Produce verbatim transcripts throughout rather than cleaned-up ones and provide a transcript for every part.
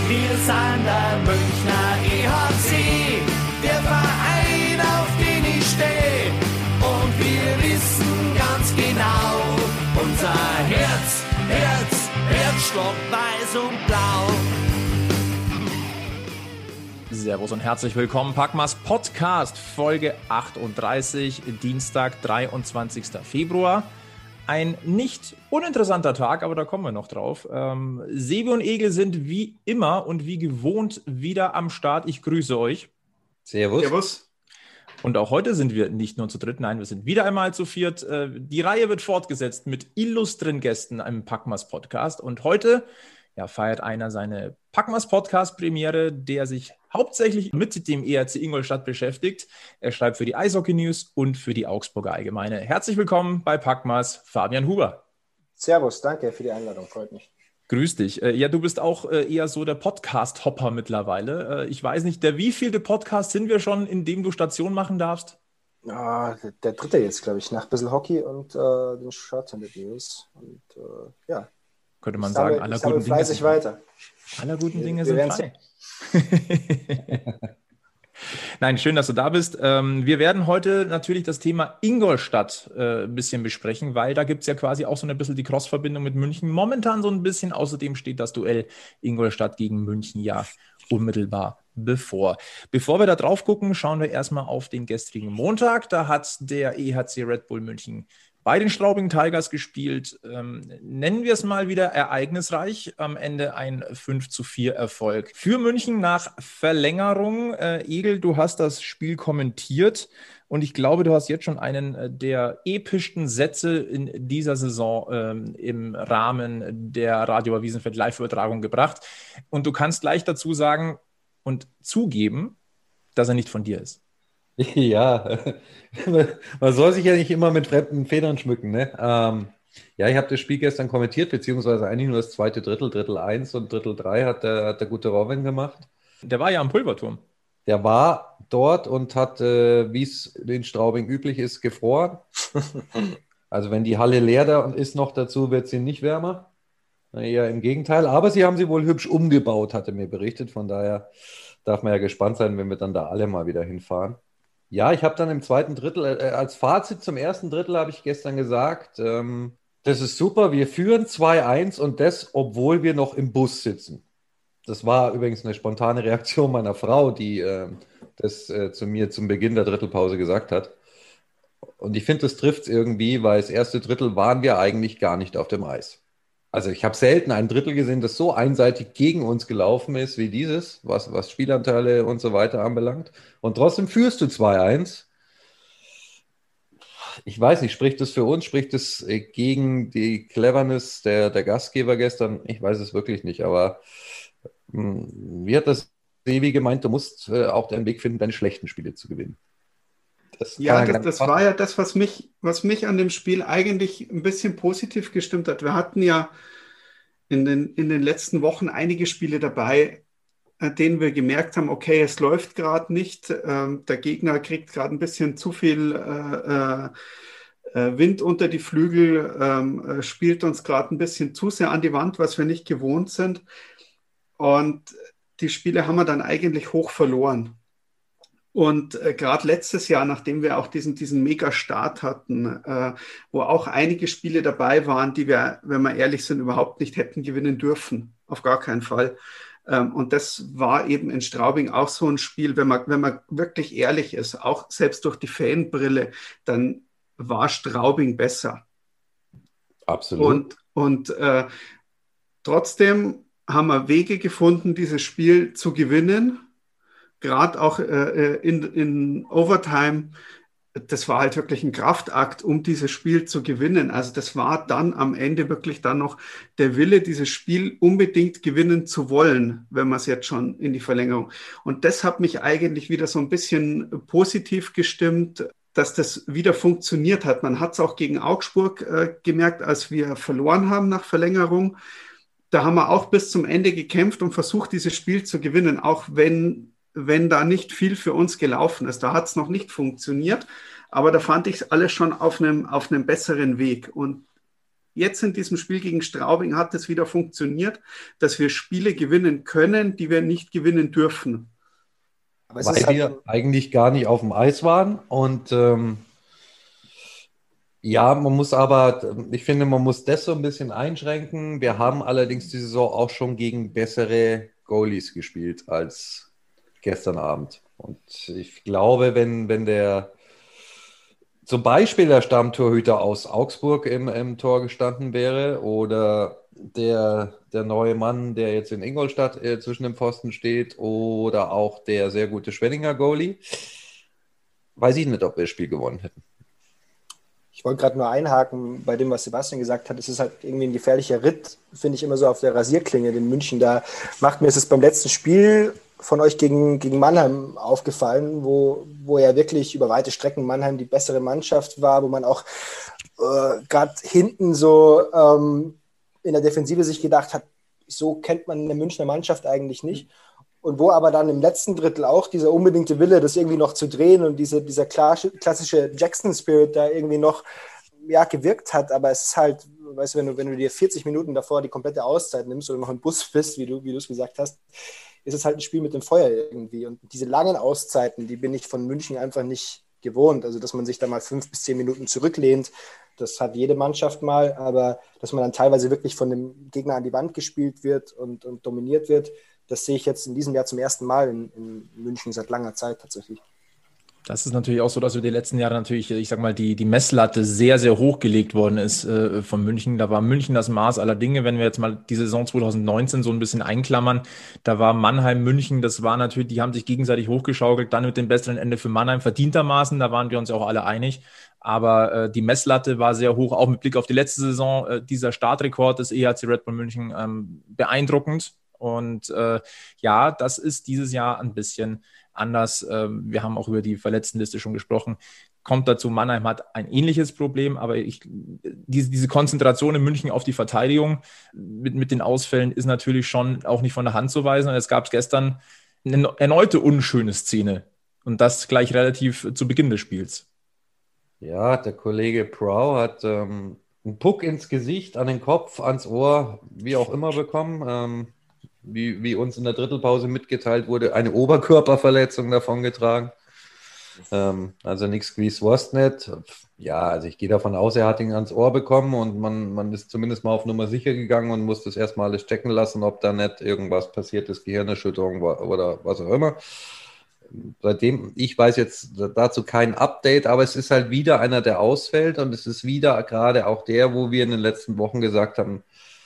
Wir sind der Münchner E H C, der Verein, auf den ich stehe. Und wir wissen ganz genau, unser Herz, Herz, Herzstock, weiß und blau. Servus und herzlich willkommen, Packmas Podcast, Folge achtunddreißig, Dienstag, dreiundzwanzigster Februar. Ein nicht uninteressanter Tag, aber da kommen wir noch drauf. Ähm, Sebi und Egel sind wie immer und wie gewohnt wieder am Start. Ich grüße euch. Servus. Servus. Und auch heute sind wir nicht nur zu dritt, nein, wir sind wieder einmal zu viert. Äh, die Reihe wird fortgesetzt mit illustren Gästen im Packmas Podcast. Und heute ja, feiert einer seine Packmas Podcast Premiere, der sich hauptsächlich mit dem E R C Ingolstadt beschäftigt. Er schreibt für die Eishockey News und für die Augsburger Allgemeine. Herzlich willkommen bei Packmas, Fabian Huber. Servus, danke für die Einladung, freut mich. Grüß dich. Ja, du bist auch eher so der Podcast-Hopper mittlerweile. Ich weiß nicht, der wievielte Podcast sind wir schon, in dem du Station machen darfst? Ah, der, der dritte jetzt, glaube ich, nach ein bisschen Hockey und äh, den Short-Handed-News. Und äh, ja. Könnte man ich sagen, sammle, aller ich guten Dinge fleißig sind weiter. Aller guten Dinge wir, wir sind frei. Nein, schön, dass du da bist. Wir werden heute natürlich das Thema Ingolstadt ein bisschen besprechen, weil da gibt es ja quasi auch so ein bisschen die Cross-Verbindung mit München. Momentan so ein bisschen. Außerdem steht das Duell Ingolstadt gegen München ja unmittelbar bevor. Bevor wir da drauf gucken, schauen wir erstmal auf den gestrigen Montag. Da hat der E H C Red Bull München bei den Straubing Tigers gespielt. Ähm, nennen wir es mal wieder ereignisreich. Am Ende ein fünf zu vier Erfolg für München nach Verlängerung. Äh, Egel, du hast das Spiel kommentiert und ich glaube, du hast jetzt schon einen der epischsten Sätze in dieser Saison ähm, im Rahmen der Radio Wiesenfeld Live-Übertragung gebracht. Und du kannst gleich dazu sagen und zugeben, dass er nicht von dir ist. Ja, man soll sich ja nicht immer mit fremden Federn schmücken, ne? Ähm, ja, ich habe das Spiel gestern kommentiert, beziehungsweise eigentlich nur das zweite Drittel, Drittel eins und Drittel drei hat der, hat der gute Robin gemacht. Der war ja am Pulverturm. Der war dort und hat, äh, wie es in Straubing üblich ist, gefroren. Also wenn die Halle leer da ist noch dazu, wird sie nicht wärmer. Eher im Gegenteil. Aber sie haben sie wohl hübsch umgebaut, hatte mir berichtet. Von daher darf man ja gespannt sein, wenn wir dann da alle mal wieder hinfahren. Ja, ich habe dann im zweiten Drittel, äh, als Fazit zum ersten Drittel habe ich gestern gesagt, ähm, das ist super, wir führen zwei eins und das, obwohl wir noch im Bus sitzen. Das war übrigens eine spontane Reaktion meiner Frau, die äh, das äh, zu mir zum Beginn der Drittelpause gesagt hat. Und ich finde, das trifft es irgendwie, weil das erste Drittel waren wir eigentlich gar nicht auf dem Eis. Also ich habe selten ein Drittel gesehen, das so einseitig gegen uns gelaufen ist wie dieses, was, was Spielanteile und so weiter anbelangt. Und trotzdem führst du zwei eins. Ich weiß nicht, spricht das für uns, spricht das gegen die Cleverness der, der Gastgeber gestern? Ich weiß es wirklich nicht, aber mh, wie hat das Sebi gemeint, du musst äh, auch deinen Weg finden, deine schlechten Spiele zu gewinnen. Das ja, das, das war ja das, was mich, was mich an dem Spiel eigentlich ein bisschen positiv gestimmt hat. Wir hatten ja in den, in den letzten Wochen einige Spiele dabei, an denen wir gemerkt haben, okay, es läuft gerade nicht. Ähm, der Gegner kriegt gerade ein bisschen zu viel äh, äh, Wind unter die Flügel, ähm, spielt uns gerade ein bisschen zu sehr an die Wand, was wir nicht gewohnt sind. Und die Spiele haben wir dann eigentlich hoch verloren. Und äh, gerade letztes Jahr, nachdem wir auch diesen, diesen Mega-Start hatten, äh, wo auch einige Spiele dabei waren, die wir, wenn wir ehrlich sind, überhaupt nicht hätten gewinnen dürfen. Auf gar keinen Fall. Ähm, und das war eben in Straubing auch so ein Spiel, wenn man, wenn man wirklich ehrlich ist, auch selbst durch die Fanbrille, dann war Straubing besser. Absolut. Und, und äh, trotzdem haben wir Wege gefunden, dieses Spiel zu gewinnen. Gerade auch äh, in, in Overtime, das war halt wirklich ein Kraftakt, um dieses Spiel zu gewinnen. Also das war dann am Ende wirklich dann noch der Wille, dieses Spiel unbedingt gewinnen zu wollen, wenn man es jetzt schon in die Verlängerung. Und das hat mich eigentlich wieder so ein bisschen positiv gestimmt, dass das wieder funktioniert hat. Man hat es auch gegen Augsburg äh, gemerkt, als wir verloren haben nach Verlängerung. Da haben wir auch bis zum Ende gekämpft und versucht, dieses Spiel zu gewinnen, auch wenn wenn da nicht viel für uns gelaufen ist. Da hat es noch nicht funktioniert, aber da fand ich es alles schon auf einem, auf einem besseren Weg. Und jetzt in diesem Spiel gegen Straubing hat es wieder funktioniert, dass wir Spiele gewinnen können, die wir nicht gewinnen dürfen. Aber es Weil ist halt wir eigentlich gar nicht auf dem Eis waren und ähm, ja, man muss aber, ich finde, man muss das so ein bisschen einschränken. Wir haben allerdings die Saison auch schon gegen bessere Goalies gespielt als gestern Abend. Und ich glaube, wenn, wenn der zum Beispiel der Stammtorhüter aus Augsburg im, im Tor gestanden wäre oder der, der neue Mann, der jetzt in Ingolstadt äh, zwischen dem Pfosten steht oder auch der sehr gute Schwenninger Goalie, weiß ich nicht, ob wir das Spiel gewonnen hätten. Ich wollte gerade nur einhaken bei dem, was Sebastian gesagt hat. Es ist halt irgendwie ein gefährlicher Ritt, finde ich immer so auf der Rasierklinge in München. Da macht mir es beim letzten Spiel von euch gegen, gegen Mannheim aufgefallen, wo, wo ja wirklich über weite Strecken Mannheim die bessere Mannschaft war, wo man auch äh, gerade hinten so ähm, in der Defensive sich gedacht hat, so kennt man eine Münchner Mannschaft eigentlich nicht. Und wo aber dann im letzten Drittel auch dieser unbedingte Wille, das irgendwie noch zu drehen und diese, dieser klassische Jackson-Spirit da irgendwie noch ja, gewirkt hat. Aber es ist halt, weißt du, wenn du, wenn du dir vierzig Minuten davor die komplette Auszeit nimmst oder noch im Bus bist, wie du, wie du es gesagt hast, ist es halt ein Spiel mit dem Feuer irgendwie. Und diese langen Auszeiten, die bin ich von München einfach nicht gewohnt. Also, dass man sich da mal fünf bis zehn Minuten zurücklehnt, das hat jede Mannschaft mal. Aber dass man dann teilweise wirklich von dem Gegner an die Wand gespielt wird und, und dominiert wird, das sehe ich jetzt in diesem Jahr zum ersten Mal in, in München seit langer Zeit tatsächlich. Das ist natürlich auch so, dass über die letzten Jahre natürlich, ich sag mal, die, die Messlatte sehr, sehr hoch gelegt worden ist äh, von München. Da war München das Maß aller Dinge. Wenn wir jetzt mal die Saison zwanzig neunzehn so ein bisschen einklammern, da war Mannheim, München, das war natürlich, die haben sich gegenseitig hochgeschaukelt, dann mit dem besseren Ende für Mannheim verdientermaßen, da waren wir uns ja auch alle einig. Aber äh, die Messlatte war sehr hoch, auch mit Blick auf die letzte Saison. Äh, dieser Startrekord des E H C Red Bull München ähm, beeindruckend. Und äh, ja, das ist dieses Jahr ein bisschen anders. Ähm, wir haben auch über die Verletztenliste schon gesprochen. Kommt dazu, Mannheim hat ein ähnliches Problem, aber ich, diese, diese Konzentration in München auf die Verteidigung mit, mit den Ausfällen ist natürlich schon auch nicht von der Hand zu weisen. Und es gab gestern eine erneute unschöne Szene und das gleich relativ zu Beginn des Spiels. Ja, der Kollege Prau hat ähm, einen Puck ins Gesicht, an den Kopf, ans Ohr, wie auch immer bekommen. Ähm, Wie, wie uns in der Drittelpause mitgeteilt wurde, eine Oberkörperverletzung davongetragen. Ähm, also nichts wie Wurst nicht. Ja, also ich gehe davon aus, er hat ihn ans Ohr bekommen und man, man ist zumindest mal auf Nummer sicher gegangen und muss das erstmal alles checken lassen, ob da nicht irgendwas passiert ist, Gehirnerschütterung oder was auch immer. Seitdem, ich weiß jetzt dazu kein Update, aber es ist halt wieder einer, der ausfällt und es ist wieder gerade auch der, wo wir in den letzten Wochen gesagt haben,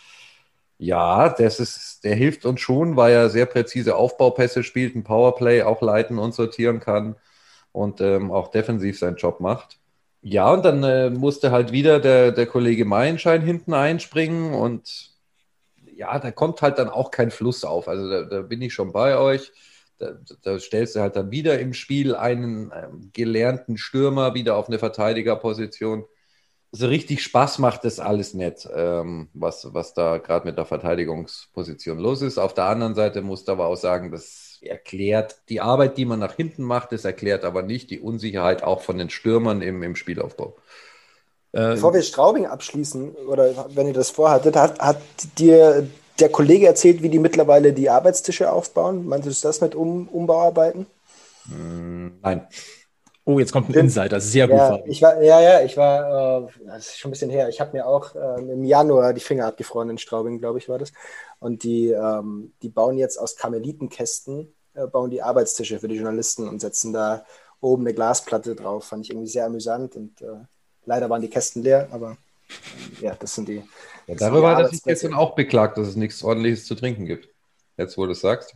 ja, das ist, der hilft uns schon, weil er sehr präzise Aufbaupässe spielt, ein Powerplay auch leiten und sortieren kann und ähm, auch defensiv seinen Job macht. Ja, und dann äh, musste halt wieder der, der Kollege Meilenschein hinten einspringen und ja, da kommt halt dann auch kein Fluss auf. Also da, da bin ich schon bei euch. Da, da stellst du halt dann wieder im Spiel einen ähm, gelernten Stürmer wieder auf eine Verteidigerposition. So richtig Spaß macht das alles nicht, ähm, was, was da gerade mit der Verteidigungsposition los ist. Auf der anderen Seite muss du aber auch sagen, das erklärt die Arbeit, die man nach hinten macht, das erklärt aber nicht die Unsicherheit auch von den Stürmern im, im Spielaufbau. Bevor wir Straubing abschließen, oder wenn ihr das vorhattet, hat, hat dir der Kollege erzählt, wie die mittlerweile die Arbeitstische aufbauen? Meintest du das mit um, Umbauarbeiten? Nein. Oh, jetzt kommt ein Insider, sehr gut. Ja, ich war, ja, ja, ich war, äh, das ist schon ein bisschen her, ich habe mir auch äh, im Januar die Finger abgefroren in Straubing, glaube ich, war das. Und die, ähm, die bauen jetzt aus Karmelitenkästen, äh, bauen die Arbeitstische für die Journalisten und setzen da oben eine Glasplatte drauf. Fand ich irgendwie sehr amüsant und äh, leider waren die Kästen leer, aber äh, ja, das sind die. Ja, darüber hat er sich gestern auch beklagt, dass es nichts Ordentliches zu trinken gibt. Jetzt, wo du es sagst.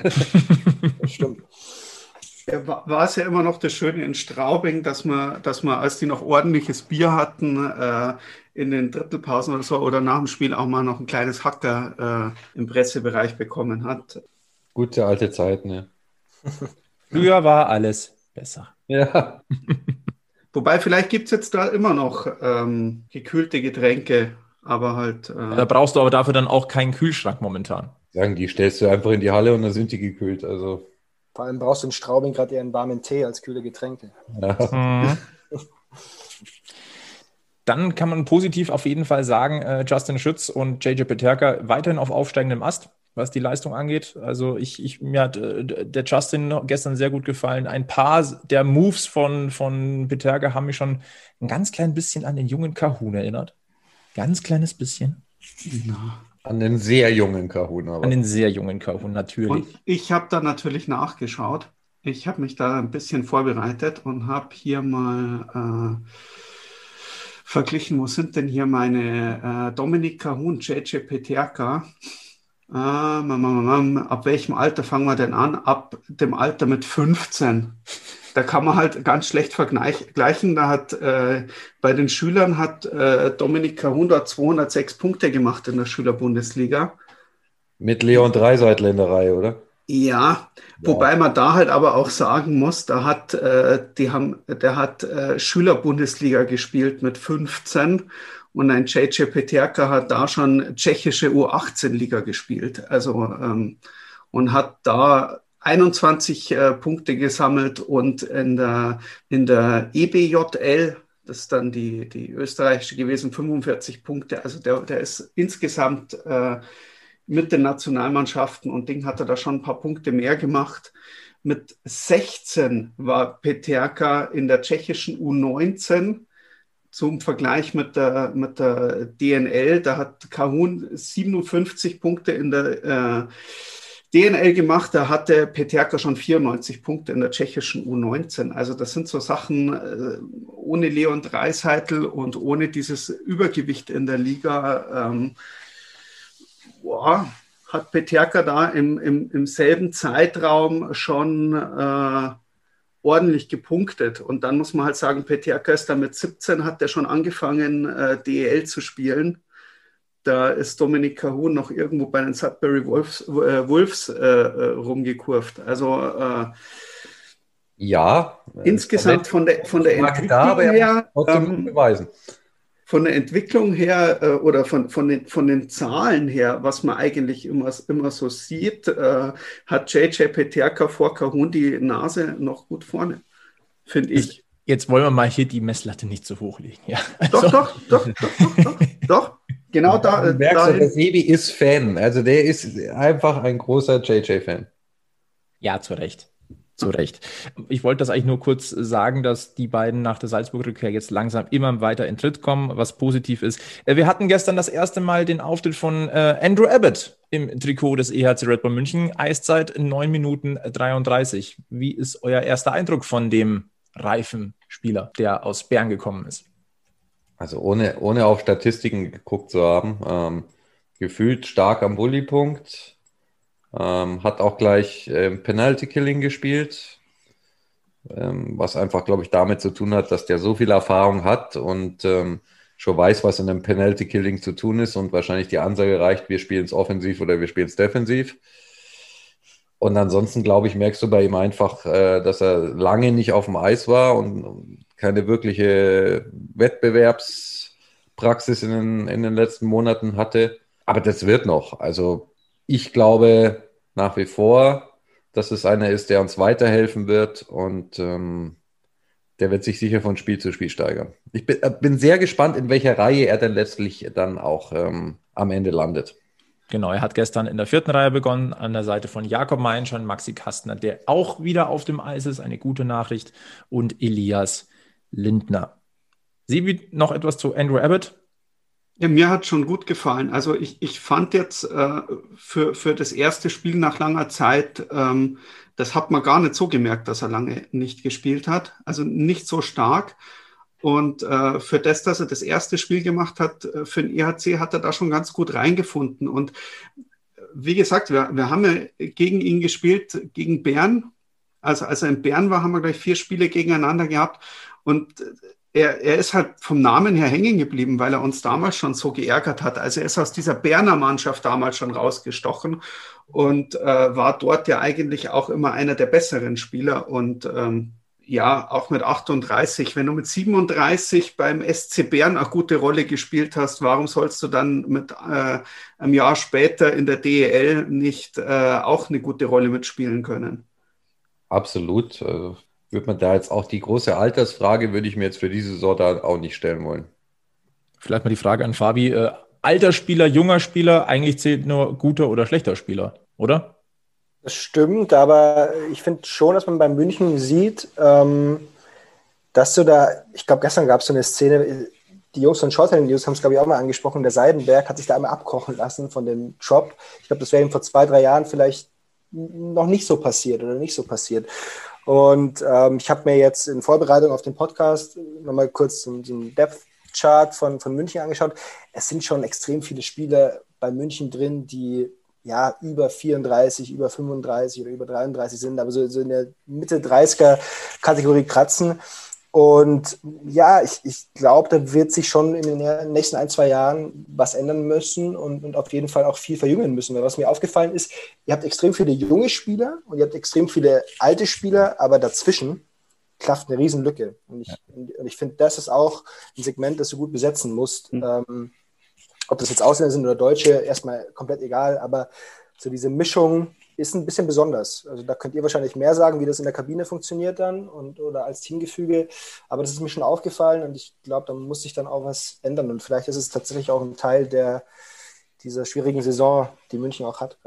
Das stimmt. Ja, war es ja immer noch das Schöne in Straubing, dass man, dass man, als die noch ordentliches Bier hatten, äh, in den Drittelpausen oder so oder nach dem Spiel auch mal noch ein kleines Hacker äh, im Pressebereich bekommen hat. Gute alte Zeit, ne? Früher war alles besser. Ja. Wobei, vielleicht gibt es jetzt da immer noch ähm, gekühlte Getränke, aber halt... Äh, da brauchst du aber dafür dann auch keinen Kühlschrank momentan. Sagen, die stellst du einfach in die Halle und dann sind die gekühlt, also... Vor allem brauchst du in Straubing gerade eher einen warmen Tee als kühle Getränke. Ja. Mhm. Dann kann man positiv auf jeden Fall sagen, äh, Justin Schütz und J J Peterka weiterhin auf aufsteigendem Ast, was die Leistung angeht. Also ich, ich mir hat äh, der Justin gestern sehr gut gefallen. Ein paar der Moves von, von Peterka haben mich schon ein ganz klein bisschen an den jungen Kahun erinnert. Ganz kleines bisschen. Ja. An den sehr jungen Kahun. Aber. An den sehr jungen Kahun, natürlich. Und ich habe da natürlich nachgeschaut. Ich habe mich da ein bisschen vorbereitet und habe hier mal äh, verglichen, wo sind denn hier meine äh, Dominik Kahun, J J Peterka. Äh, ab welchem Alter fangen wir denn an? Ab dem Alter mit fünfzehn. Da kann man halt ganz schlecht vergleichen. Da hat äh, bei den Schülern hat äh, Dominik Kahun dort zweihundertsechs Punkte gemacht in der Schülerbundesliga. Mit Leon Dreiseitländerei, oder? Ja, ja, wobei man da halt aber auch sagen muss, da hat, äh, die haben, der hat äh, Schülerbundesliga gespielt mit fünfzehn und ein J J Peterka hat da schon tschechische U achtzehn Liga gespielt. Also ähm, und hat da einundzwanzig äh, Punkte gesammelt und in der, in der E B J L, das ist dann die, die österreichische gewesen, fünfundvierzig Punkte. Also der, der ist insgesamt äh, mit den Nationalmannschaften und Ding hat er da schon ein paar Punkte mehr gemacht. Mit sechzehn war Peterka in der tschechischen U neunzehn. Zum Vergleich mit der, mit der D N L, da hat Kahun siebenundfünfzig Punkte in der äh, D N L gemacht, da hatte Peterka schon vierundneunzig Punkte in der tschechischen U neunzehn. Also das sind so Sachen, äh, ohne Leon Dreiseitl und ohne dieses Übergewicht in der Liga, ähm, boah, hat Peterka da im, im, im selben Zeitraum schon äh, ordentlich gepunktet. Und dann muss man halt sagen, Peterka ist da mit siebzehn, hat der schon angefangen, äh, D E L zu spielen. Da ist Dominik Kahun noch irgendwo bei den Sudbury Wolves, äh, Wolves äh, rumgekurvt. Also äh, ja, insgesamt von der, von der Entwicklung da, aber her, ähm, beweisen. von der Entwicklung her äh, oder von, von, den, von den Zahlen her, was man eigentlich immer, immer so sieht, äh, hat J J Peterka vor Kahun die Nase noch gut vorne, finde ich. Jetzt wollen wir mal hier die Messlatte nicht so hochlegen. Ja, also. Doch, doch, doch, doch, doch, doch, doch. Genau da. Du merkst, dahin. Der Sebi ist Fan. Also der ist einfach ein großer J J-Fan. Ja, zu Recht. Zu Recht. Ich wollte das eigentlich nur kurz sagen, dass die beiden nach der Salzburg-Rückkehr jetzt langsam immer weiter in Tritt kommen, was positiv ist. Wir hatten gestern das erste Mal den Auftritt von äh, Andrew Abbott im Trikot des E H C Red Bull München. Eiszeit neun Minuten dreiunddreißig. Wie ist euer erster Eindruck von dem reifen Spieler, der aus Bern gekommen ist? Also ohne, ohne auf Statistiken geguckt zu haben, ähm, gefühlt stark am Bully-Punkt, ähm, hat auch gleich ähm, Penalty-Killing gespielt, ähm, was einfach, glaube ich, damit zu tun hat, dass der so viel Erfahrung hat und ähm, schon weiß, was in einem Penalty-Killing zu tun ist und wahrscheinlich die Ansage reicht, wir spielen es offensiv oder wir spielen es defensiv. Und ansonsten, glaube ich, merkst du bei ihm einfach, äh, dass er lange nicht auf dem Eis war und keine wirkliche Wettbewerbspraxis in den, in den letzten Monaten hatte. Aber das wird noch. Also ich glaube nach wie vor, dass es einer ist, der uns weiterhelfen wird und ähm, der wird sich sicher von Spiel zu Spiel steigern. Ich bin, bin sehr gespannt, in welcher Reihe er denn letztlich dann auch ähm, am Ende landet. Genau, er hat gestern in der vierten Reihe begonnen, an der Seite von Jakob Meinschein, Maxi Kastner, der auch wieder auf dem Eis ist, eine gute Nachricht, und Elias Lindner. Sebi, noch etwas zu Andrew Abbott? Ja, mir hat schon gut gefallen. Also ich, ich fand jetzt äh, für, für das erste Spiel nach langer Zeit, ähm, das hat man gar nicht so gemerkt, dass er lange nicht gespielt hat. Also nicht so stark. Und äh, für das, dass er das erste Spiel gemacht hat, äh, für den E H C, hat er da schon ganz gut reingefunden. Und wie gesagt, wir, wir haben ja gegen ihn gespielt, gegen Bern. Also als er in Bern war, haben wir gleich vier Spiele gegeneinander gehabt. Und er, er ist halt vom Namen her hängen geblieben, weil er uns damals schon so geärgert hat. Also er ist aus dieser Berner Mannschaft damals schon rausgestochen und äh, war dort ja eigentlich auch immer einer der besseren Spieler. Und ähm, ja, auch mit achtunddreißig. Wenn du mit siebenunddreißig beim S C Bern eine gute Rolle gespielt hast, warum sollst du dann mit äh, einem Jahr später in der D E L nicht äh, auch eine gute Rolle mitspielen können? Absolut. Also, würde man da jetzt auch die große Altersfrage, würde ich mir jetzt für diese Saison da auch nicht stellen wollen. Vielleicht mal die Frage an Fabi. Äh, alter Spieler, junger Spieler, eigentlich zählt nur guter oder schlechter Spieler, oder? Das stimmt, aber ich finde schon, dass man bei München sieht, ähm, dass du da, ich glaube, gestern gab es so eine Szene, die Jungs von Shorthand News haben es, glaube ich, auch mal angesprochen, der Seidenberg hat sich da einmal abkochen lassen von dem Job. Ich glaube, das wäre ihm vor zwei, drei Jahren vielleicht noch nicht so passiert oder nicht so passiert. Und ähm, ich habe mir jetzt in Vorbereitung auf den Podcast nochmal kurz so, so einen Depth-Chart von, von München angeschaut. Es sind schon extrem viele Spieler bei München drin, die ja über vierunddreißig, über fünfunddreißig oder über dreiunddreißig sind, aber so, so in der Mitte dreißiger-Kategorie kratzen. Und ja, ich, ich glaube, da wird sich schon in den nächsten ein, zwei Jahren was ändern müssen und, und auf jeden Fall auch viel verjüngen müssen. Weil was mir aufgefallen ist, ihr habt extrem viele junge Spieler und ihr habt extrem viele alte Spieler, aber dazwischen klafft eine Riesenlücke. Und ich, ja. und ich finde, das ist auch ein Segment, das du gut besetzen musst. Mhm. Ähm, ob das jetzt Ausländer sind oder Deutsche, erstmal komplett egal, aber so diese Mischung ist ein bisschen besonders. Also da könnt ihr wahrscheinlich mehr sagen, wie das in der Kabine funktioniert dann und oder als Teamgefüge. Aber das ist mir schon aufgefallen und ich glaube, da muss sich dann auch was ändern. Und vielleicht ist es tatsächlich auch ein Teil der, dieser schwierigen Saison, die München auch hat.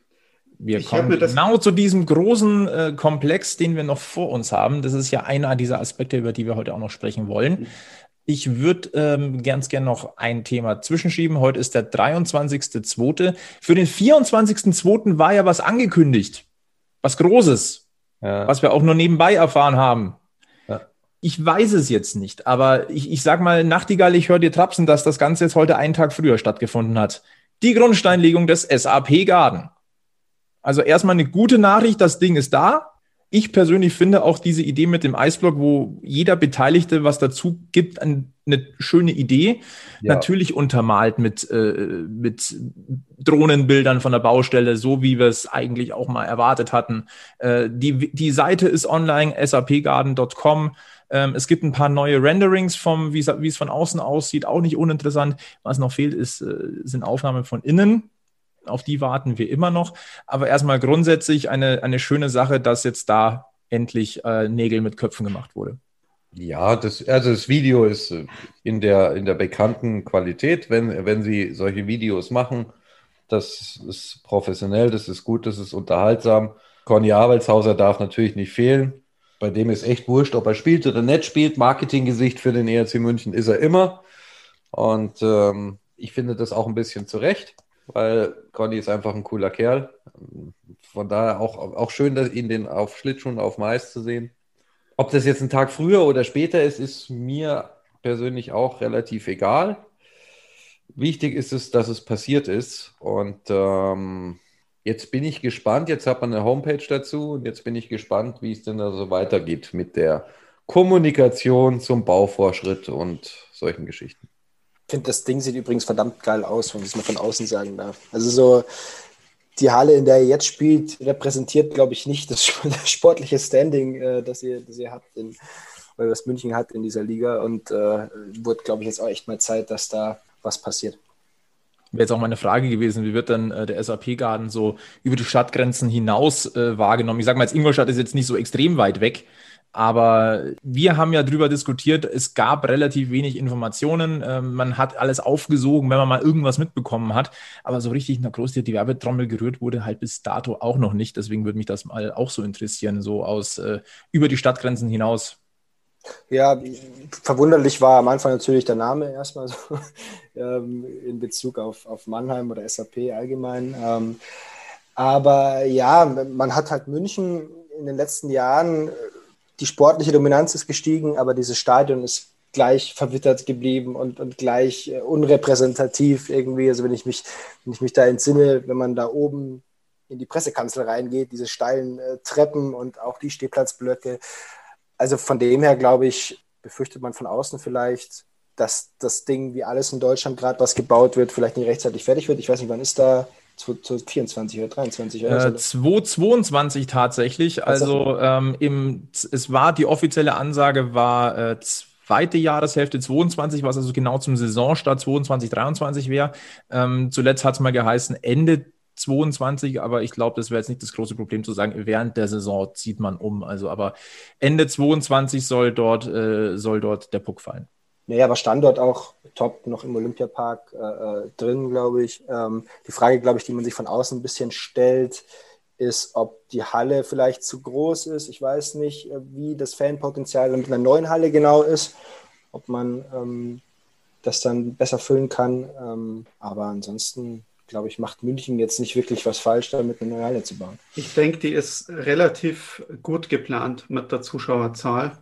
Wir ich kommen genau zu diesem großen äh, Komplex, den wir noch vor uns haben. Das ist ja einer dieser Aspekte, über die wir heute auch noch sprechen wollen. Mhm. Ich würde ähm, ganz gerne noch ein Thema zwischenschieben. Heute ist der dreiundzwanzigster zweite Für den vierundzwanzigsten zweiten war ja was angekündigt. Was Großes. Ja. Was wir auch nur nebenbei erfahren haben. Ja. Ich weiß es jetzt nicht, aber ich, ich sag mal, Nachtigall, ich höre dir trapsen, dass das Ganze jetzt heute einen Tag früher stattgefunden hat. Die Grundsteinlegung des S A P Garden. Also erstmal eine gute Nachricht, das Ding ist da. Ich persönlich finde auch diese Idee mit dem Eisblock, wo jeder Beteiligte was dazu gibt, eine schöne Idee. Ja. Natürlich untermalt mit, äh, mit Drohnenbildern von der Baustelle, so wie wir es eigentlich auch mal erwartet hatten. Äh, die, die Seite ist online, s a p garden punkt com. Ähm, es gibt ein paar neue Renderings, vom, wie es von außen aussieht, auch nicht uninteressant. Was noch fehlt, ist, äh, sind Aufnahmen von innen. Auf die warten wir immer noch. Aber erstmal grundsätzlich eine, eine schöne Sache, dass jetzt da endlich äh, Nägel mit Köpfen gemacht wurde. Ja, das, also das Video ist in der, in der bekannten Qualität, wenn, wenn Sie solche Videos machen. Das ist professionell, das ist gut, das ist unterhaltsam. Conny Abelshauser darf natürlich nicht fehlen. Bei dem ist echt wurscht, ob er spielt oder nicht spielt. Marketinggesicht für den E R C München ist er immer. Und ähm, ich finde das auch ein bisschen zurecht, weil Conny ist einfach ein cooler Kerl. Von daher auch, auch schön, dass ihn den auf Schlittschuhen auf dem Eis zu sehen. Ob das jetzt ein Tag früher oder später ist, ist mir persönlich auch relativ egal. Wichtig ist es, dass es passiert ist. Und ähm, jetzt bin ich gespannt. Jetzt hat man eine Homepage dazu. Und jetzt bin ich gespannt, wie es denn da so weitergeht mit der Kommunikation zum Bauvorschritt und solchen Geschichten. Ich finde, das Ding sieht übrigens verdammt geil aus, wenn ich es mal von außen sagen darf. Also so die Halle, in der ihr jetzt spielt, repräsentiert, glaube ich, nicht das sportliche Standing, äh, das, ihr, das ihr habt, in, oder das München hat in dieser Liga. Und äh, wird, glaube ich, jetzt auch echt mal Zeit, dass da was passiert. Wäre jetzt auch meine Frage gewesen, wie wird dann äh, der S A P-Garten so über die Stadtgrenzen hinaus äh, wahrgenommen? Ich sage mal, jetzt Ingolstadt ist jetzt nicht so extrem weit weg. Aber wir haben ja drüber diskutiert, es gab relativ wenig Informationen, man hat alles aufgesogen, wenn man mal irgendwas mitbekommen hat, aber so richtig nach groß die Werbetrommel gerührt wurde halt bis dato auch noch nicht, deswegen würde mich das mal auch so interessieren, so aus äh, über die Stadtgrenzen hinaus. Ja, verwunderlich war am Anfang natürlich der Name erstmal so, ähm, in Bezug auf, auf Mannheim oder S A P allgemein, ähm, aber ja, man hat halt München in den letzten Jahren, die sportliche Dominanz ist gestiegen, aber dieses Stadion ist gleich verwittert geblieben und, und gleich äh, unrepräsentativ irgendwie. Also wenn ich mich, wenn ich mich da entsinne, wenn man da oben in die Pressekanzel reingeht, diese steilen äh, Treppen und auch die Stehplatzblöcke. Also von dem her, glaube ich, befürchtet man von außen vielleicht, dass das Ding, wie alles in Deutschland gerade, was gebaut wird, vielleicht nicht rechtzeitig fertig wird. Ich weiß nicht, wann ist da zwanzig vierundzwanzig oder dreiundzwanzig? Oder äh, zwanzig zweiundzwanzig tatsächlich. Also ähm, im, es war die offizielle Ansage war äh, zweite Jahreshälfte zweiundzwanzig, was also genau zum Saisonstart zweiundzwanzig dreiundzwanzig wäre. Ähm, zuletzt hat es mal geheißen Ende zweiundzwanzig, aber ich glaube, das wäre jetzt nicht das große Problem zu sagen, während der Saison zieht man um. Also aber Ende zweiundzwanzig soll dort, äh, soll dort der Puck fallen. Nee, aber Standort auch top, noch im Olympiapark äh, drin, glaube ich. Ähm, die Frage, glaube ich, die man sich von außen ein bisschen stellt, ist, ob die Halle vielleicht zu groß ist. Ich weiß nicht, wie das Fanpotenzial mit einer neuen Halle genau ist, ob man ähm, das dann besser füllen kann. Ähm, aber ansonsten, glaube ich, macht München jetzt nicht wirklich was falsch, damit eine neue Halle zu bauen. Ich denke, die ist relativ gut geplant mit der Zuschauerzahl.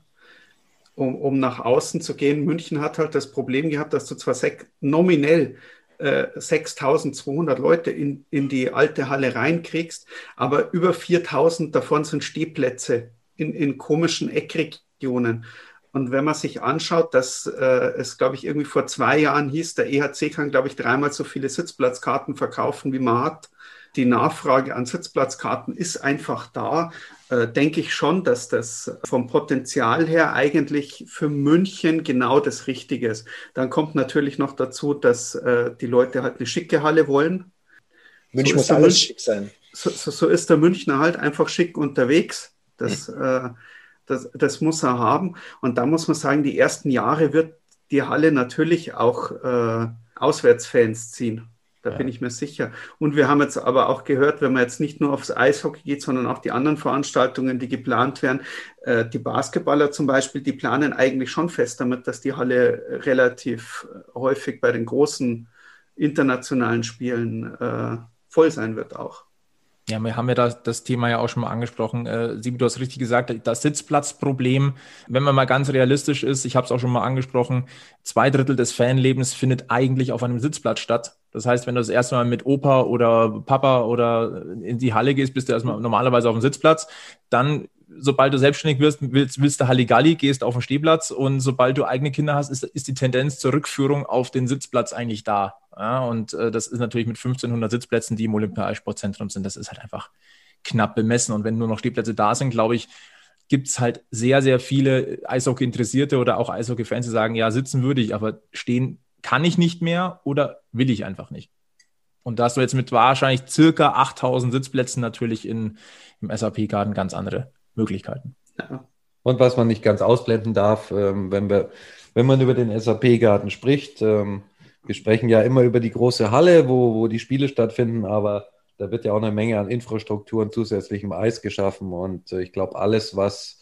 Um, um nach außen zu gehen. München hat halt das Problem gehabt, dass du zwar sek- nominell äh, sechstausendzweihundert Leute in, in die alte Halle reinkriegst, aber über viertausend davon sind Stehplätze in, in komischen Eckregionen. Und wenn man sich anschaut, dass äh, es, glaube ich, irgendwie vor zwei Jahren hieß, der E H C kann, glaube ich, dreimal so viele Sitzplatzkarten verkaufen, wie man hat. Die Nachfrage an Sitzplatzkarten ist einfach da. Äh, denke ich schon, dass das vom Potenzial her eigentlich für München genau das Richtige ist. Dann kommt natürlich noch dazu, dass äh, die Leute halt eine schicke Halle wollen. München so muss alles München, schick sein. So, so, so ist der Münchner halt einfach schick unterwegs. Das, mhm. äh, das, das muss er haben. Und da muss man sagen, die ersten Jahre wird die Halle natürlich auch äh, Auswärtsfans ziehen. Da ja. bin ich mir sicher. Und wir haben jetzt aber auch gehört, wenn man jetzt nicht nur aufs Eishockey geht, sondern auch die anderen Veranstaltungen, die geplant werden, äh, die Basketballer zum Beispiel, die planen eigentlich schon fest damit, dass die Halle relativ häufig bei den großen internationalen Spielen äh, voll sein wird auch. Ja, wir haben ja das, das Thema ja auch schon mal angesprochen. Äh, Sieben, du hast richtig gesagt, das Sitzplatzproblem, wenn man mal ganz realistisch ist, ich habe es auch schon mal angesprochen, zwei Drittel des Fanlebens findet eigentlich auf einem Sitzplatz statt. Das heißt, wenn du das erste Mal mit Opa oder Papa oder in die Halle gehst, bist du erstmal normalerweise auf dem Sitzplatz. Dann, sobald du selbstständig wirst, willst, willst du Halligalli, gehst auf den Stehplatz. Und sobald du eigene Kinder hast, ist, ist die Tendenz zur Rückführung auf den Sitzplatz eigentlich da. Ja, und äh, das ist natürlich mit fünfzehnhundert Sitzplätzen, die im Olympiasportzentrum sind, das ist halt einfach knapp bemessen. Und wenn nur noch Stehplätze da sind, glaube ich, gibt es halt sehr, sehr viele Eishockey-Interessierte oder auch Eishockey-Fans, die sagen, ja, sitzen würde ich, aber stehen kann ich nicht mehr oder will ich einfach nicht. Und da hast du jetzt mit wahrscheinlich circa achttausend Sitzplätzen natürlich in, im S A P-Garten ganz andere Möglichkeiten. Ja. Und was man nicht ganz ausblenden darf, ähm, wenn wir, wenn man über den S A P-Garten spricht, ähm, wir sprechen ja immer über die große Halle, wo, wo die Spiele stattfinden, aber da wird ja auch eine Menge an Infrastruktur und zusätzlichem Eis geschaffen. Und äh, ich glaube, alles, was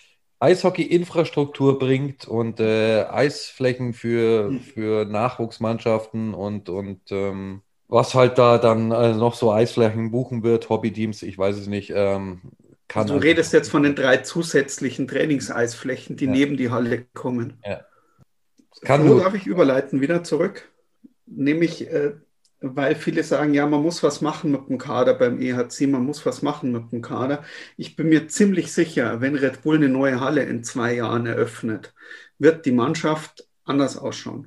Eishockey-Infrastruktur bringt und äh, Eisflächen für, für Nachwuchsmannschaften und, und ähm, was halt da dann äh, noch so Eisflächen buchen wird, Hobbyteams, ich weiß es nicht. Ähm, kann also du redest jetzt von den drei zusätzlichen Trainingseisflächen, die ja. neben die Halle kommen. Ja. Kann Flo, darf ich überleiten wieder zurück? Nämlich, äh, weil viele sagen, ja, man muss was machen mit dem Kader beim E H C, man muss was machen mit dem Kader. Ich bin mir ziemlich sicher, wenn Red Bull eine neue Halle in zwei Jahren eröffnet, wird die Mannschaft anders ausschauen.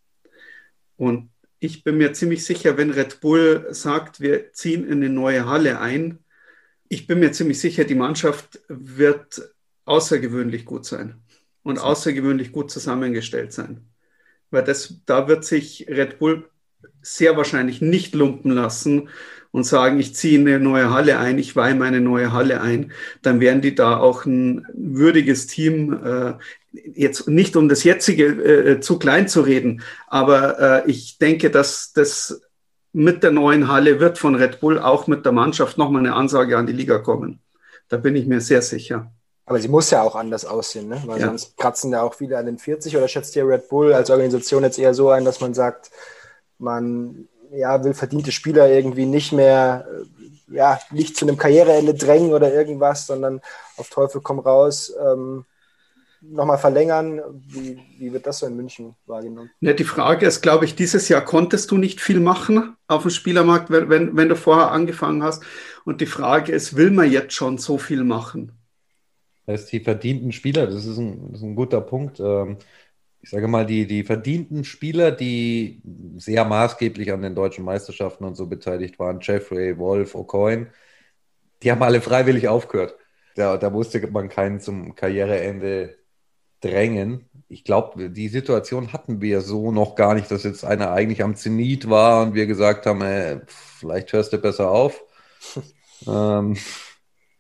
Und ich bin mir ziemlich sicher, wenn Red Bull sagt, wir ziehen in eine neue Halle ein, ich bin mir ziemlich sicher, die Mannschaft wird außergewöhnlich gut sein und so. außergewöhnlich gut zusammengestellt sein. Weil das, da wird sich Red Bull sehr wahrscheinlich nicht lumpen lassen und sagen, ich ziehe eine neue Halle ein, ich weihe meine neue Halle ein. Dann werden die da auch ein würdiges Team, äh, jetzt nicht um das jetzige äh, zu klein zu reden, aber äh, ich denke, dass das mit der neuen Halle wird von Red Bull auch mit der Mannschaft nochmal eine Ansage an die Liga kommen. Da bin ich mir sehr sicher. Aber sie muss ja auch anders aussehen, ne? Weil ja. sonst kratzen ja auch viele an den vierzig, oder schätzt ihr Red Bull als Organisation jetzt eher so ein, dass man sagt, man ja, will verdiente Spieler irgendwie nicht mehr, ja, nicht zu einem Karriereende drängen oder irgendwas, sondern auf Teufel komm raus, ähm, nochmal verlängern. Wie, wie wird das so in München wahrgenommen? Ja, die Frage ist, glaube ich, dieses Jahr konntest du nicht viel machen auf dem Spielermarkt, wenn, wenn, wenn du vorher angefangen hast. Und die Frage ist, will man jetzt schon so viel machen? Das ist die verdienten Spieler, das ist ein, das ist ein guter Punkt. Ich sage mal, die, die verdienten Spieler, die sehr maßgeblich an den deutschen Meisterschaften und so beteiligt waren, Jeffrey, Wolf, O'Coin, die haben alle freiwillig aufgehört. Da, da musste man keinen zum Karriereende drängen. Ich glaube, die Situation hatten wir so noch gar nicht, dass jetzt einer eigentlich am Zenit war und wir gesagt haben, ey, vielleicht hörst du besser auf. ähm,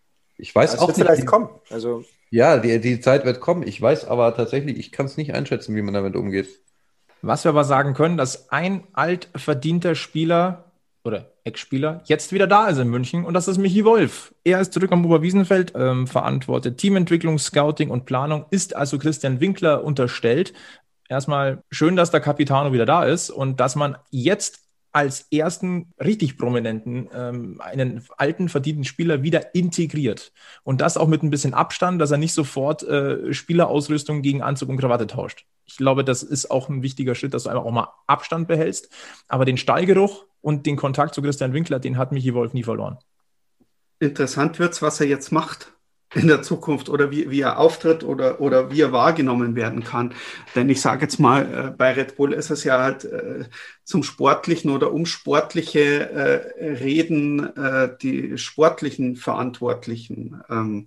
Ich weiß das auch wird nicht. vielleicht kommen. Also ja, die, die Zeit wird kommen. Ich weiß aber tatsächlich, ich kann es nicht einschätzen, wie man damit umgeht. Was wir aber sagen können, dass ein altverdienter Spieler oder Ex-Spieler jetzt wieder da ist in München und das ist Michi Wolf. Er ist zurück am Oberwiesenfeld, ähm, verantwortet Teamentwicklung, Scouting und Planung, ist also Christian Winkler unterstellt. Erstmal schön, dass der Capitano wieder da ist und dass man jetzt als ersten richtig prominenten, ähm, einen alten, verdienten Spieler wieder integriert. Und das auch mit ein bisschen Abstand, dass er nicht sofort äh, Spielerausrüstung gegen Anzug und Krawatte tauscht. Ich glaube, das ist auch ein wichtiger Schritt, dass du einfach auch mal Abstand behältst. Aber den Stallgeruch und den Kontakt zu Christian Winkler, den hat Michi Wolf nie verloren. Interessant wird's, was er jetzt macht in der Zukunft oder wie, wie er auftritt oder, oder wie er wahrgenommen werden kann. Denn ich sage jetzt mal, äh, bei Red Bull ist es ja halt äh, zum Sportlichen oder um sportliche äh, Reden äh, die sportlichen Verantwortlichen. Ähm,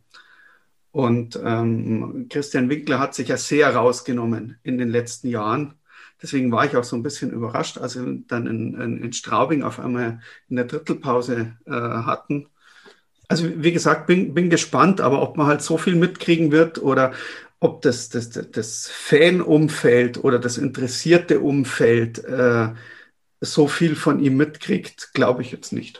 und ähm, Christian Winkler hat sich ja sehr rausgenommen in den letzten Jahren. Deswegen war ich auch so ein bisschen überrascht, als wir dann in, in, in Straubing auf einmal in der Drittelpause äh, hatten. Also wie gesagt, bin, bin gespannt, aber ob man halt so viel mitkriegen wird oder ob das, das, das Fanumfeld oder das interessierte Umfeld äh, so viel von ihm mitkriegt, glaube ich jetzt nicht.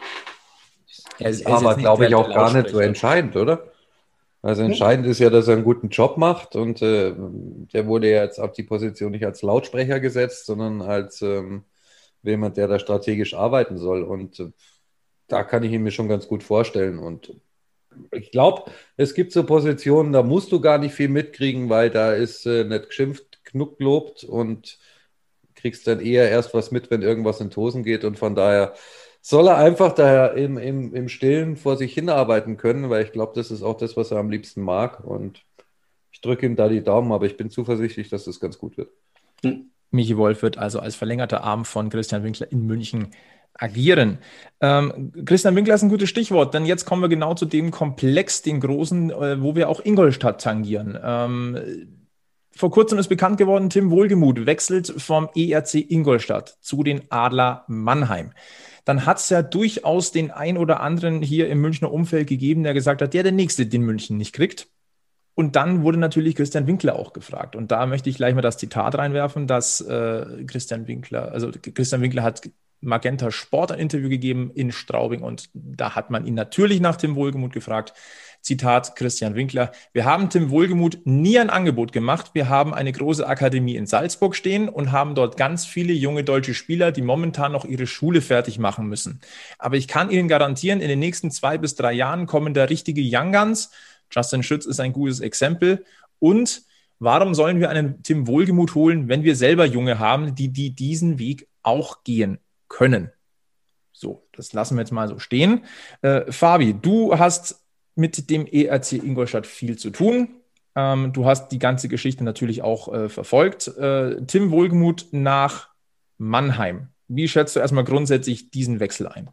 Er ist, er ist aber, glaube ich, auch gar nicht so entscheidend, oder? Also entscheidend hm. ist ja, dass er einen guten Job macht und äh, der wurde ja jetzt auf die Position nicht als Lautsprecher gesetzt, sondern als ähm, jemand, der da strategisch arbeiten soll und äh, da kann ich ihn mir schon ganz gut vorstellen. Und ich glaube, es gibt so Positionen, da musst du gar nicht viel mitkriegen, weil da ist äh, nicht geschimpft, genug gelobt und kriegst dann eher erst was mit, wenn irgendwas in die Hosen geht. Und von daher soll er einfach da im, im, im Stillen vor sich hinarbeiten können, weil ich glaube, das ist auch das, was er am liebsten mag. Und ich drücke ihm da die Daumen, aber ich bin zuversichtlich, dass das ganz gut wird. Hm. Michi Wolf wird also als verlängerter Arm von Christian Winkler in München agieren. Ähm, Christian Winkler ist ein gutes Stichwort, denn jetzt kommen wir genau zu dem Komplex, den großen, äh, wo wir auch Ingolstadt tangieren. Ähm, vor kurzem ist bekannt geworden, Tim Wohlgemuth wechselt vom E R C Ingolstadt zu den Adler Mannheim. Dann hat es ja durchaus den ein oder anderen hier im Münchner Umfeld gegeben, der gesagt hat, der der Nächste, den München nicht kriegt. Und dann wurde natürlich Christian Winkler auch gefragt. Und da möchte ich gleich mal das Zitat reinwerfen, dass äh, Christian Winkler, also Christian Winkler hat Magenta Sport ein Interview gegeben in Straubing und da hat man ihn natürlich nach Tim Wohlgemuth gefragt. Zitat Christian Winkler: Wir haben Tim Wohlgemuth nie ein Angebot gemacht. Wir haben eine große Akademie in Salzburg stehen und haben dort ganz viele junge deutsche Spieler, die momentan noch ihre Schule fertig machen müssen. Aber ich kann Ihnen garantieren, in den nächsten zwei bis drei Jahren kommen da richtige Young Guns. Justin Schütz ist ein gutes Exempel. Und warum sollen wir einen Tim Wohlgemuth holen, wenn wir selber Junge haben, die, die diesen Weg auch gehen können? So, das lassen wir jetzt mal so stehen. Äh, Fabi, du hast mit dem E R C Ingolstadt viel zu tun. Ähm, du hast die ganze Geschichte natürlich auch äh, verfolgt. Äh, Tim Wohlgemuth nach Mannheim. Wie schätzt du erstmal grundsätzlich diesen Wechsel ein?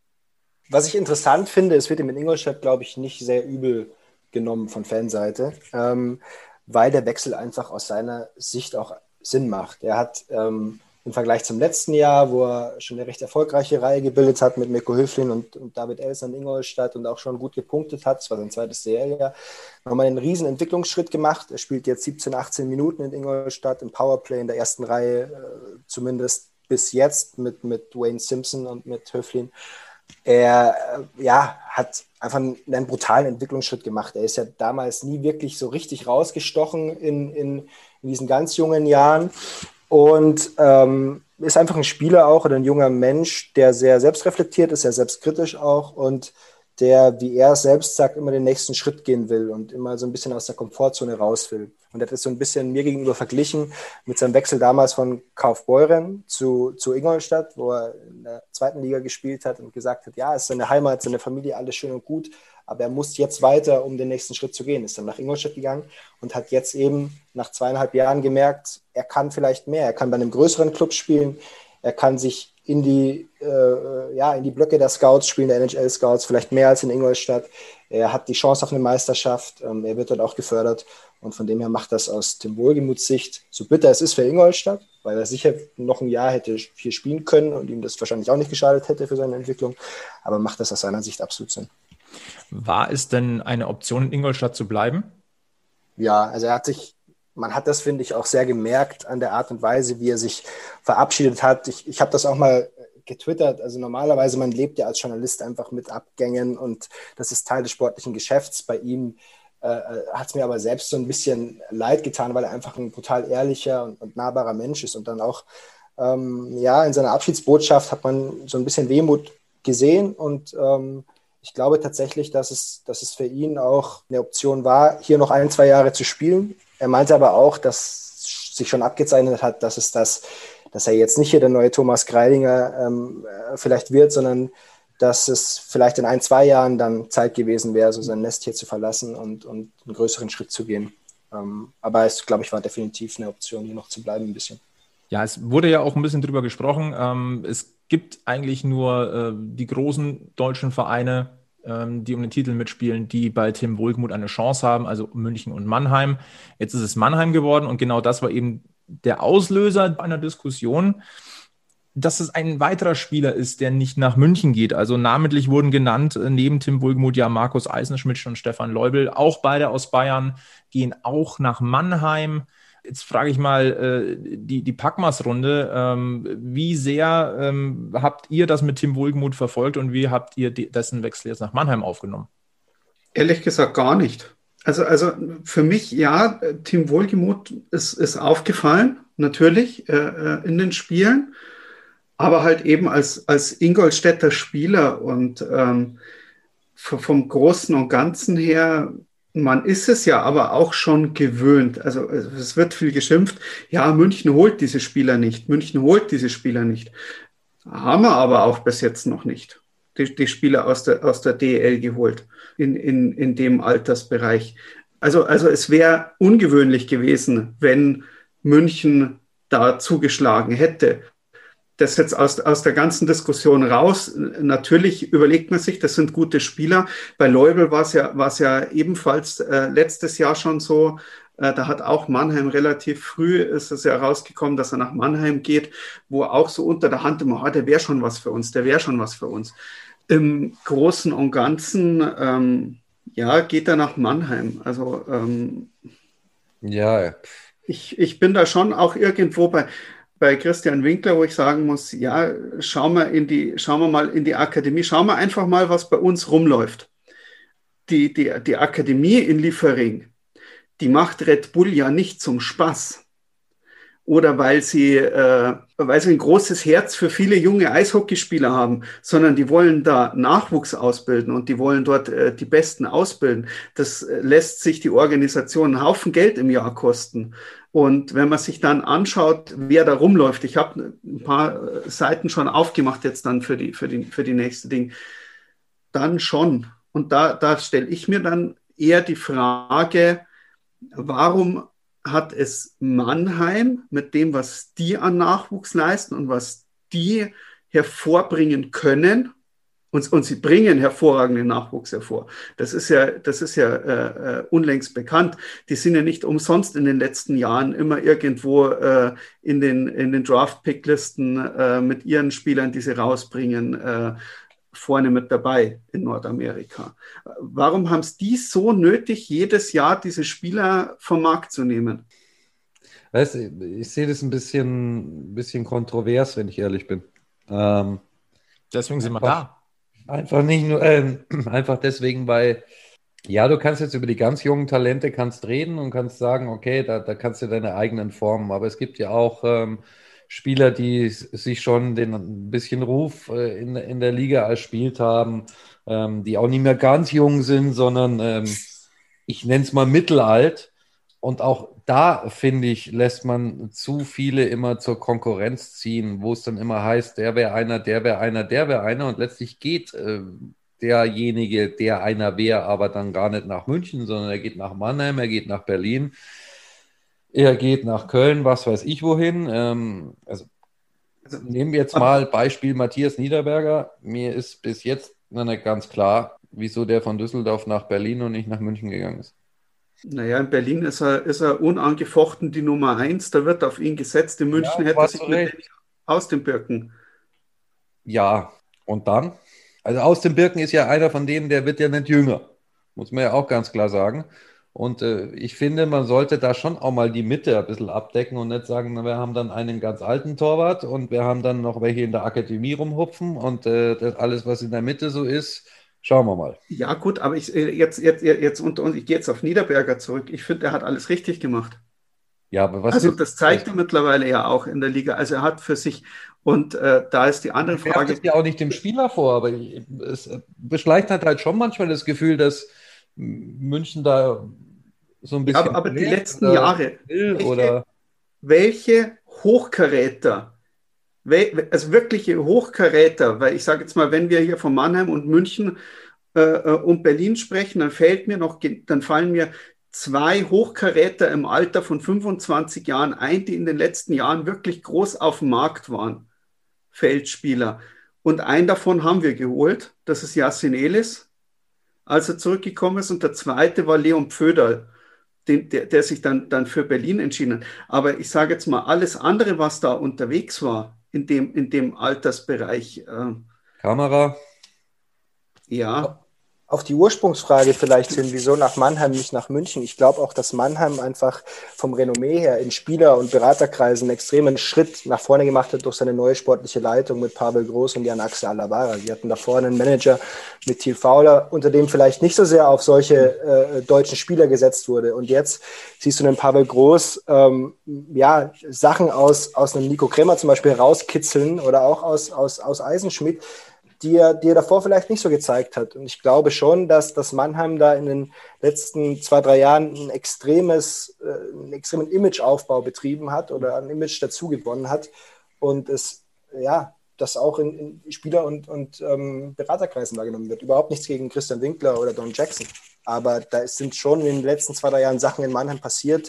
Was ich interessant finde, es wird ihm in Ingolstadt, glaube ich, nicht sehr übel genommen von Fanseite, ähm, weil der Wechsel einfach aus seiner Sicht auch Sinn macht. Er hat ähm, im Vergleich zum letzten Jahr, wo er schon eine recht erfolgreiche Reihe gebildet hat mit Mirko Höflin und, und David Elser in Ingolstadt und auch schon gut gepunktet hat, das war sein zweites D L-Jahr, nochmal einen riesen Entwicklungsschritt gemacht. Er spielt jetzt siebzehn, achtzehn Minuten in Ingolstadt im Powerplay in der ersten Reihe, äh, zumindest bis jetzt mit, mit Wayne Simpson und mit Höflin. Er äh, ja, hat einfach einen, einen brutalen Entwicklungsschritt gemacht. Er ist ja damals nie wirklich so richtig rausgestochen in, in, in diesen ganz jungen Jahren. Und ähm, ist einfach ein Spieler auch oder ein junger Mensch, der sehr selbstreflektiert ist, sehr selbstkritisch auch und der, wie er selbst sagt, immer den nächsten Schritt gehen will und immer so ein bisschen aus der Komfortzone raus will. Und er hat das so ein bisschen mir gegenüber verglichen mit seinem Wechsel damals von Kaufbeuren zu, zu Ingolstadt, wo er in der zweiten Liga gespielt hat und gesagt hat, ja, es ist seine Heimat, seine Familie, alles schön und gut, aber er muss jetzt weiter, um den nächsten Schritt zu gehen. Ist dann nach Ingolstadt gegangen und hat jetzt eben nach zweieinhalb Jahren gemerkt, er kann vielleicht mehr. Er kann bei einem größeren Club spielen, er kann sich in die, äh, ja, in die Blöcke der Scouts spielen, der N H L-Scouts, vielleicht mehr als in Ingolstadt. Er hat die Chance auf eine Meisterschaft, ähm, er wird dort auch gefördert und von dem her macht das aus Tim Wohlgemuths Sicht, so bitter es ist für Ingolstadt, weil er sicher noch ein Jahr hätte hier spielen können und ihm das wahrscheinlich auch nicht geschadet hätte für seine Entwicklung, aber macht das aus seiner Sicht absolut Sinn. War es denn eine Option, in Ingolstadt zu bleiben? Ja, also er hat sich, man hat das, finde ich, auch sehr gemerkt an der Art und Weise, wie er sich verabschiedet hat. Ich, ich habe das auch mal getwittert. Also normalerweise, man lebt ja als Journalist einfach mit Abgängen und das ist Teil des sportlichen Geschäfts. Bei ihm äh, hat es mir aber selbst so ein bisschen leid getan, weil er einfach ein brutal ehrlicher und, und nahbarer Mensch ist. Und dann auch, ähm, ja, in seiner Abschiedsbotschaft hat man so ein bisschen Wehmut gesehen und ähm, ich glaube tatsächlich, dass es, dass es für ihn auch eine Option war, hier noch ein, zwei Jahre zu spielen. Er meinte aber auch, dass sich schon abgezeichnet hat, dass es das, dass er jetzt nicht hier der neue Thomas Greidinger ähm, vielleicht wird, sondern dass es vielleicht in ein, zwei Jahren dann Zeit gewesen wäre, so sein Nest hier zu verlassen und, und einen größeren Schritt zu gehen. Ähm, aber es, glaube ich, war definitiv eine Option, hier noch zu bleiben ein bisschen. Ja, es wurde ja auch ein bisschen drüber gesprochen. Ähm, es gibt eigentlich nur äh, die großen deutschen Vereine, ähm, die um den Titel mitspielen, die bei Tim Wohlgemuth eine Chance haben, also München und Mannheim. Jetzt ist es Mannheim geworden und genau das war eben der Auslöser einer Diskussion, dass es ein weiterer Spieler ist, der nicht nach München geht. Also namentlich wurden genannt, äh, neben Tim Wohlgemuth ja Markus Eisenschmidt und Stefan Leubel, auch beide aus Bayern, gehen auch nach Mannheim. Jetzt frage ich mal äh, die, die Packmas-Runde. Ähm, wie sehr ähm, habt ihr das mit Tim Wohlgemuth verfolgt und wie habt ihr die, dessen Wechsel jetzt nach Mannheim aufgenommen? Ehrlich gesagt gar nicht. Also, also für mich, ja, Tim Wohlgemuth ist, ist aufgefallen, natürlich, äh, in den Spielen, aber halt eben als, als Ingolstädter Spieler und ähm, vom Großen und Ganzen her, man ist es ja aber auch schon gewöhnt. Also es wird viel geschimpft. Ja, München holt diese Spieler nicht. München holt diese Spieler nicht. Haben wir aber auch bis jetzt noch nicht. Die, die Spieler aus der, aus der D E L geholt in, in, in dem Altersbereich. Also, also es wäre ungewöhnlich gewesen, wenn München da zugeschlagen hätte. Das jetzt aus, aus der ganzen Diskussion raus. Natürlich überlegt man sich, das sind gute Spieler. Bei Leubel war es ja, war es ja ebenfalls äh, letztes Jahr schon so. Äh, da hat auch Mannheim relativ früh, ist es ja rausgekommen, dass er nach Mannheim geht, wo auch so unter der Hand immer, oh, der wäre schon was für uns, der wäre schon was für uns. Im Großen und Ganzen, ähm, ja, geht er nach Mannheim. Also, ähm, ja. Ich, ich bin da schon auch irgendwo bei... bei Christian Winkler, wo ich sagen muss, ja, schauen wir, in die, schauen wir mal in die Akademie, schauen wir einfach mal, was bei uns rumläuft. Die, die, die Akademie in Liefering, die macht Red Bull ja nicht zum Spaß. Oder weil sie, äh, weil sie ein großes Herz für viele junge Eishockeyspieler haben, sondern die wollen da Nachwuchs ausbilden und die wollen dort äh, die Besten ausbilden. Das äh, lässt sich die Organisation einen Haufen Geld im Jahr kosten. Und wenn man sich dann anschaut, wer da rumläuft, ich habe ein paar Seiten schon aufgemacht jetzt dann für die, für die, für die nächste Ding, dann schon. Und da, da stelle ich mir dann eher die Frage, warum hat es Mannheim mit dem, was die an Nachwuchs leisten und was die hervorbringen können, und, und sie bringen hervorragenden Nachwuchs hervor. Das ist ja, das ist ja äh, unlängst bekannt. Die sind ja nicht umsonst in den letzten Jahren immer irgendwo äh, in den, in den Draft-Pick-Listen äh, mit ihren Spielern, die sie rausbringen, äh, vorne mit dabei in Nordamerika. Warum haben es die so nötig, jedes Jahr diese Spieler vom Markt zu nehmen? Weißt, ich, ich sehe das ein bisschen, ein bisschen kontrovers, wenn ich ehrlich bin. Ähm, Deswegen sind wir einfach, da. Einfach nicht nur, äh, einfach deswegen, weil, ja, du kannst jetzt über die ganz jungen Talente kannst reden und kannst sagen, okay, da, da kannst du deine eigenen formen, aber es gibt ja auch ähm, Spieler, die sich schon den ein bisschen Ruf äh, in, in der Liga erspielt haben, ähm, die auch nicht mehr ganz jung sind, sondern ähm, ich nenne es mal mittelalt. Und auch da, finde ich, lässt man zu viele immer zur Konkurrenz ziehen, wo es dann immer heißt, der wäre einer, der wäre einer, der wäre einer. Und letztlich geht äh, derjenige, der einer wäre, aber dann gar nicht nach München, sondern er geht nach Mannheim, er geht nach Berlin, er geht nach Köln, was weiß ich wohin. Ähm, also, also nehmen wir jetzt mal Beispiel Matthias Niederberger. Mir ist bis jetzt noch nicht ganz klar, wieso der von Düsseldorf nach Berlin und nicht nach München gegangen ist. Naja, in Berlin ist er, ist er unangefochten die Nummer eins. Da wird auf ihn gesetzt. In München Ja, hätte er sich mit dem aus den Birken. Ja, und dann? Also aus dem Birken ist ja einer von denen, der wird ja nicht jünger. Muss man ja auch ganz klar sagen. Und äh, ich finde, man sollte da schon auch mal die Mitte ein bisschen abdecken und nicht sagen, na, wir haben dann einen ganz alten Torwart und wir haben dann noch welche in der Akademie rumhupfen und äh, das alles, was in der Mitte so ist, schauen wir mal. Ja gut, aber ich jetzt, jetzt, jetzt und, und ich gehe jetzt auf Niederberger zurück. Ich finde, er hat alles richtig gemacht. Ja, aber was also ist, das zeigt er mittlerweile ja auch in der Liga. Also er hat für sich, und äh, da ist die andere Frage. Ich werfe ja auch nicht dem Spieler vor, aber ich, es beschleicht halt, halt schon manchmal das Gefühl, dass München da so ein bisschen. Ja, aber, aber die letzten Jahre, will, welche, oder welche Hochkaräter, also wirkliche Hochkaräter, weil ich sage jetzt mal, wenn wir hier von Mannheim und München äh, und Berlin sprechen, dann fällt mir noch, dann fallen mir zwei Hochkaräter im Alter von fünfundzwanzig Jahren ein, die in den letzten Jahren wirklich groß auf dem Markt waren, Feldspieler. Und einen davon haben wir geholt, das ist Yassin Elis, als er zurückgekommen ist. Und der zweite war Leon Pföderl, den, der, der sich dann, dann für Berlin entschieden hat. Aber ich sage jetzt mal, alles andere, was da unterwegs war, in dem, in dem Altersbereich. Äh, Kamera. Ja. Auf die Ursprungsfrage vielleicht hin, wieso nach Mannheim, nicht nach München. Ich glaube auch, dass Mannheim einfach vom Renommee her in Spieler- und Beraterkreisen einen extremen Schritt nach vorne gemacht hat durch seine neue sportliche Leitung mit Pavel Groß und Jan-Axel Alavara. Sie hatten davor einen Manager mit Thiel Fauler, unter dem vielleicht nicht so sehr auf solche äh, deutschen Spieler gesetzt wurde. Und jetzt siehst du einen Pavel Groß, ähm, ja, Sachen aus, aus einem Nico Krämer zum Beispiel rauskitzeln oder auch aus, aus, aus Eisenschmidt, die er, die er davor vielleicht nicht so gezeigt hat. Und ich glaube schon, dass das Mannheim da in den letzten zwei, drei Jahren ein extremes, äh, einen extremen Imageaufbau betrieben hat oder ein Image dazu gewonnen hat und es, ja, das auch in, in Spieler- und, und ähm, Beraterkreisen wahrgenommen wird. Überhaupt nichts gegen Christian Winkler oder Don Jackson. Aber da sind schon in den letzten zwei, drei Jahren Sachen in Mannheim passiert,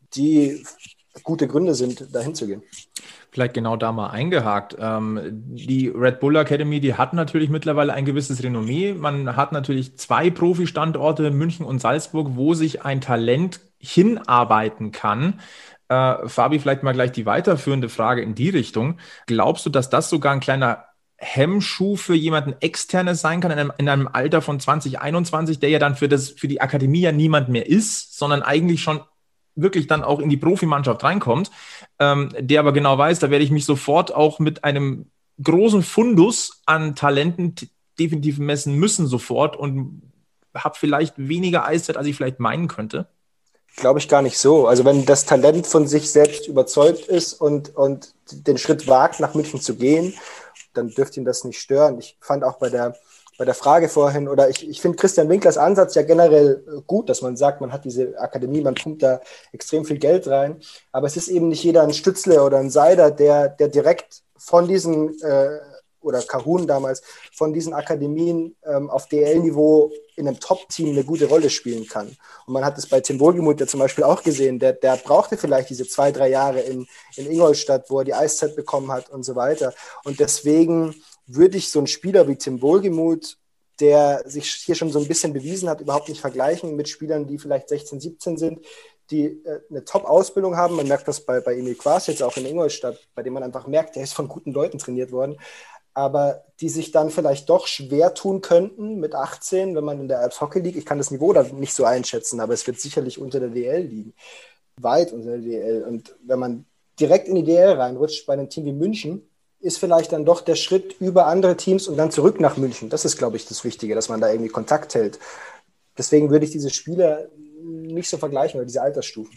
die gute Gründe sind, dahin zu gehen. Vielleicht genau da mal eingehakt. Ähm, die Red Bull Academy, die hat natürlich mittlerweile ein gewisses Renommee. Man hat natürlich zwei Profi-Standorte, München und Salzburg, wo sich ein Talent hinarbeiten kann. Äh, Fabi, vielleicht mal gleich die weiterführende Frage in die Richtung. Glaubst du, dass das sogar ein kleiner Hemmschuh für jemanden Externes sein kann in einem, in einem Alter von zwanzig einundzwanzig, der ja dann für, das, für die Akademie ja niemand mehr ist, sondern eigentlich schon wirklich dann auch in die Profimannschaft reinkommt, ähm, der aber genau weiß, da werde ich mich sofort auch mit einem großen Fundus an Talenten t- definitiv messen müssen sofort und habe vielleicht weniger Eiszeit, als ich vielleicht meinen könnte? Glaube ich gar nicht so. Also wenn das Talent von sich selbst überzeugt ist und, und den Schritt wagt, nach München zu gehen, dann dürfte ihn das nicht stören. Ich fand auch bei der Bei der Frage vorhin, oder ich, ich finde Christian Winklers Ansatz ja generell gut, dass man sagt, man hat diese Akademie, man pumpt da extrem viel Geld rein, aber es ist eben nicht jeder ein Stützle oder ein Seider, der, der direkt von diesen, äh, oder Kahun damals, von diesen Akademien ähm, auf D L-Niveau in einem Top-Team eine gute Rolle spielen kann. Und man hat es bei Tim Wohlgemuth ja zum Beispiel auch gesehen, der, der brauchte vielleicht diese zwei, drei Jahre in, in Ingolstadt, wo er die Eiszeit bekommen hat und so weiter. Und deswegen würde ich so einen Spieler wie Tim Wohlgemuth, der sich hier schon so ein bisschen bewiesen hat, überhaupt nicht vergleichen mit Spielern, die vielleicht sechzehn, siebzehn sind, die äh, eine Top-Ausbildung haben. Man merkt das bei, bei Emil Quas jetzt auch in Ingolstadt, bei dem man einfach merkt, der ist von guten Leuten trainiert worden, aber die sich dann vielleicht doch schwer tun könnten mit achtzehn, wenn man in der Eishockey League, ich kann das Niveau da nicht so einschätzen, aber es wird sicherlich unter der D L liegen, weit unter der D L. Und wenn man direkt in die D L reinrutscht bei einem Team wie München, ist vielleicht dann doch der Schritt über andere Teams und dann zurück nach München. Das ist, glaube ich, das Wichtige, dass man da irgendwie Kontakt hält. Deswegen würde ich diese Spieler nicht so vergleichen, oder diese Altersstufen.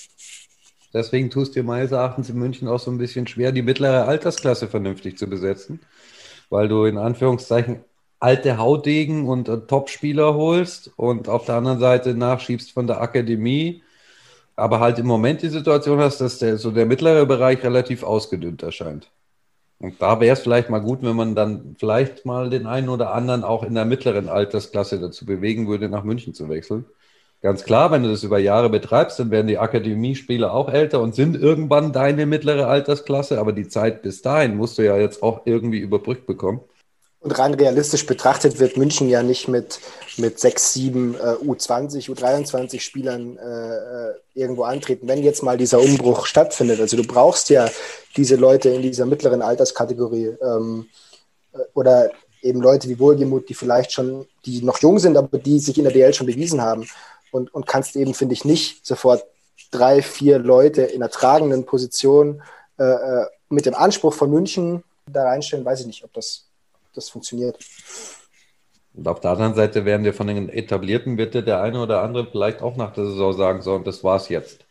Deswegen tust du dir meines Erachtens in München auch so ein bisschen schwer, die mittlere Altersklasse vernünftig zu besetzen, weil du in Anführungszeichen alte Haudegen und äh, Top-Spieler holst und auf der anderen Seite nachschiebst von der Akademie, aber halt im Moment die Situation hast, dass der, so der mittlere Bereich relativ ausgedünnt erscheint. Und da wäre es vielleicht mal gut, wenn man dann vielleicht mal den einen oder anderen auch in der mittleren Altersklasse dazu bewegen würde, nach München zu wechseln. Ganz klar, wenn du das über Jahre betreibst, dann werden die Akademiespieler auch älter und sind irgendwann deine mittlere Altersklasse, aber die Zeit bis dahin musst du ja jetzt auch irgendwie überbrückt bekommen. Und rein realistisch betrachtet wird München ja nicht mit, mit sechs, sieben äh, U zwanzig, U dreiundzwanzig Spielern äh, irgendwo antreten, wenn jetzt mal dieser Umbruch stattfindet. Also du brauchst ja diese Leute in dieser mittleren Alterskategorie. Ähm, oder eben Leute wie Wohlgemuth, die vielleicht schon, die noch jung sind, aber die sich in der D L schon bewiesen haben. Und, und kannst eben, finde ich, nicht sofort drei, vier Leute in einer tragenden Position äh, mit dem Anspruch von München da reinstellen. Weiß ich nicht, ob das, ob das funktioniert. Und auf der anderen Seite werden wir von den Etablierten, wird der eine oder andere vielleicht auch nach der Saison sagen, so, und das war's jetzt.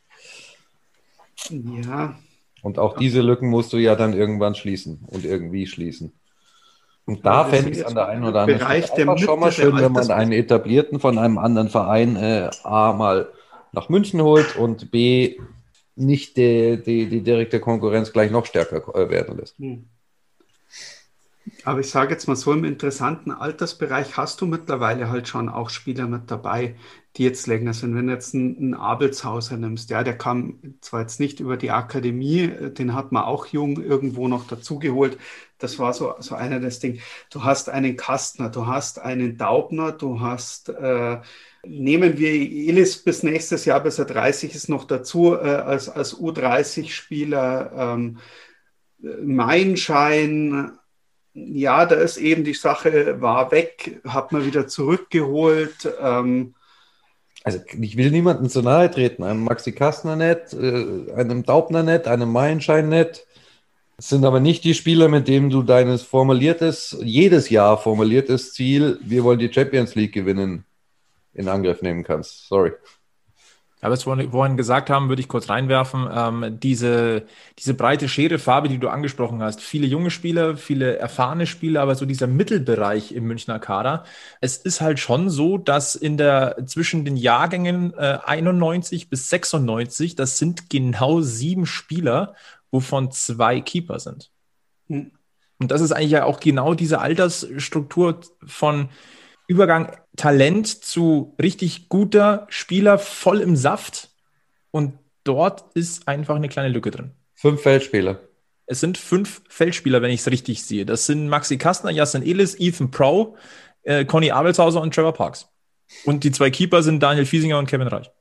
Ja. Und auch diese Lücken musst du ja dann irgendwann schließen und irgendwie schließen. Und da Ja, fände ich es an der einen oder anderen Bereich Stelle einfach schon mal schön, wenn man einen Etablierten von einem anderen Verein äh, A mal nach München holt und B nicht die, die, die direkte Konkurrenz gleich noch stärker äh, werden lässt. Hm. Aber ich sage jetzt mal so, im interessanten Altersbereich hast du mittlerweile halt schon auch Spieler mit dabei, die jetzt länger sind. Wenn du jetzt einen, einen Abelshauser nimmst, ja, der kam zwar jetzt nicht über die Akademie, den hat man auch jung irgendwo noch dazugeholt. Das war so, so einer das Ding. Du hast einen Kastner, du hast einen Daubner, du hast, äh, nehmen wir Elis bis nächstes Jahr, bis er dreißig ist, noch dazu äh, als, als U dreißig-Spieler. Ähm, Meinschein, ja, da ist eben die Sache, war weg, hat man wieder zurückgeholt. Ähm, also ich will niemandem zu nahe treten, einem Maxi Kastner nicht, äh, einem Daubner nicht, einem Meinschein nicht. Es sind aber nicht die Spieler, mit denen du deines formuliertes, jedes Jahr formuliertes Ziel, wir wollen die Champions League gewinnen, in Angriff nehmen kannst. Sorry. Aber was wir vorhin gesagt haben, würde ich kurz reinwerfen, ähm, diese, diese breite Schere Farbe, die du angesprochen hast, viele junge Spieler, viele erfahrene Spieler, aber so dieser Mittelbereich im Münchner Kader, es ist halt schon so, dass in der, zwischen den Jahrgängen äh, einundneunzig bis sechsundneunzig, das sind genau sieben Spieler, wovon zwei Keeper sind. Hm. Und das ist eigentlich ja auch genau diese Altersstruktur von Übergang Talent zu richtig guter Spieler, voll im Saft. Und dort ist einfach eine kleine Lücke drin. Fünf Feldspieler. Es sind fünf Feldspieler, wenn ich es richtig sehe. Das sind Maxi Kastner, Yassin Elis, Ethan Prow, äh, Conny Abelshauser und Trevor Parks. Und die zwei Keeper sind Daniel Fiesinger und Kevin Reich.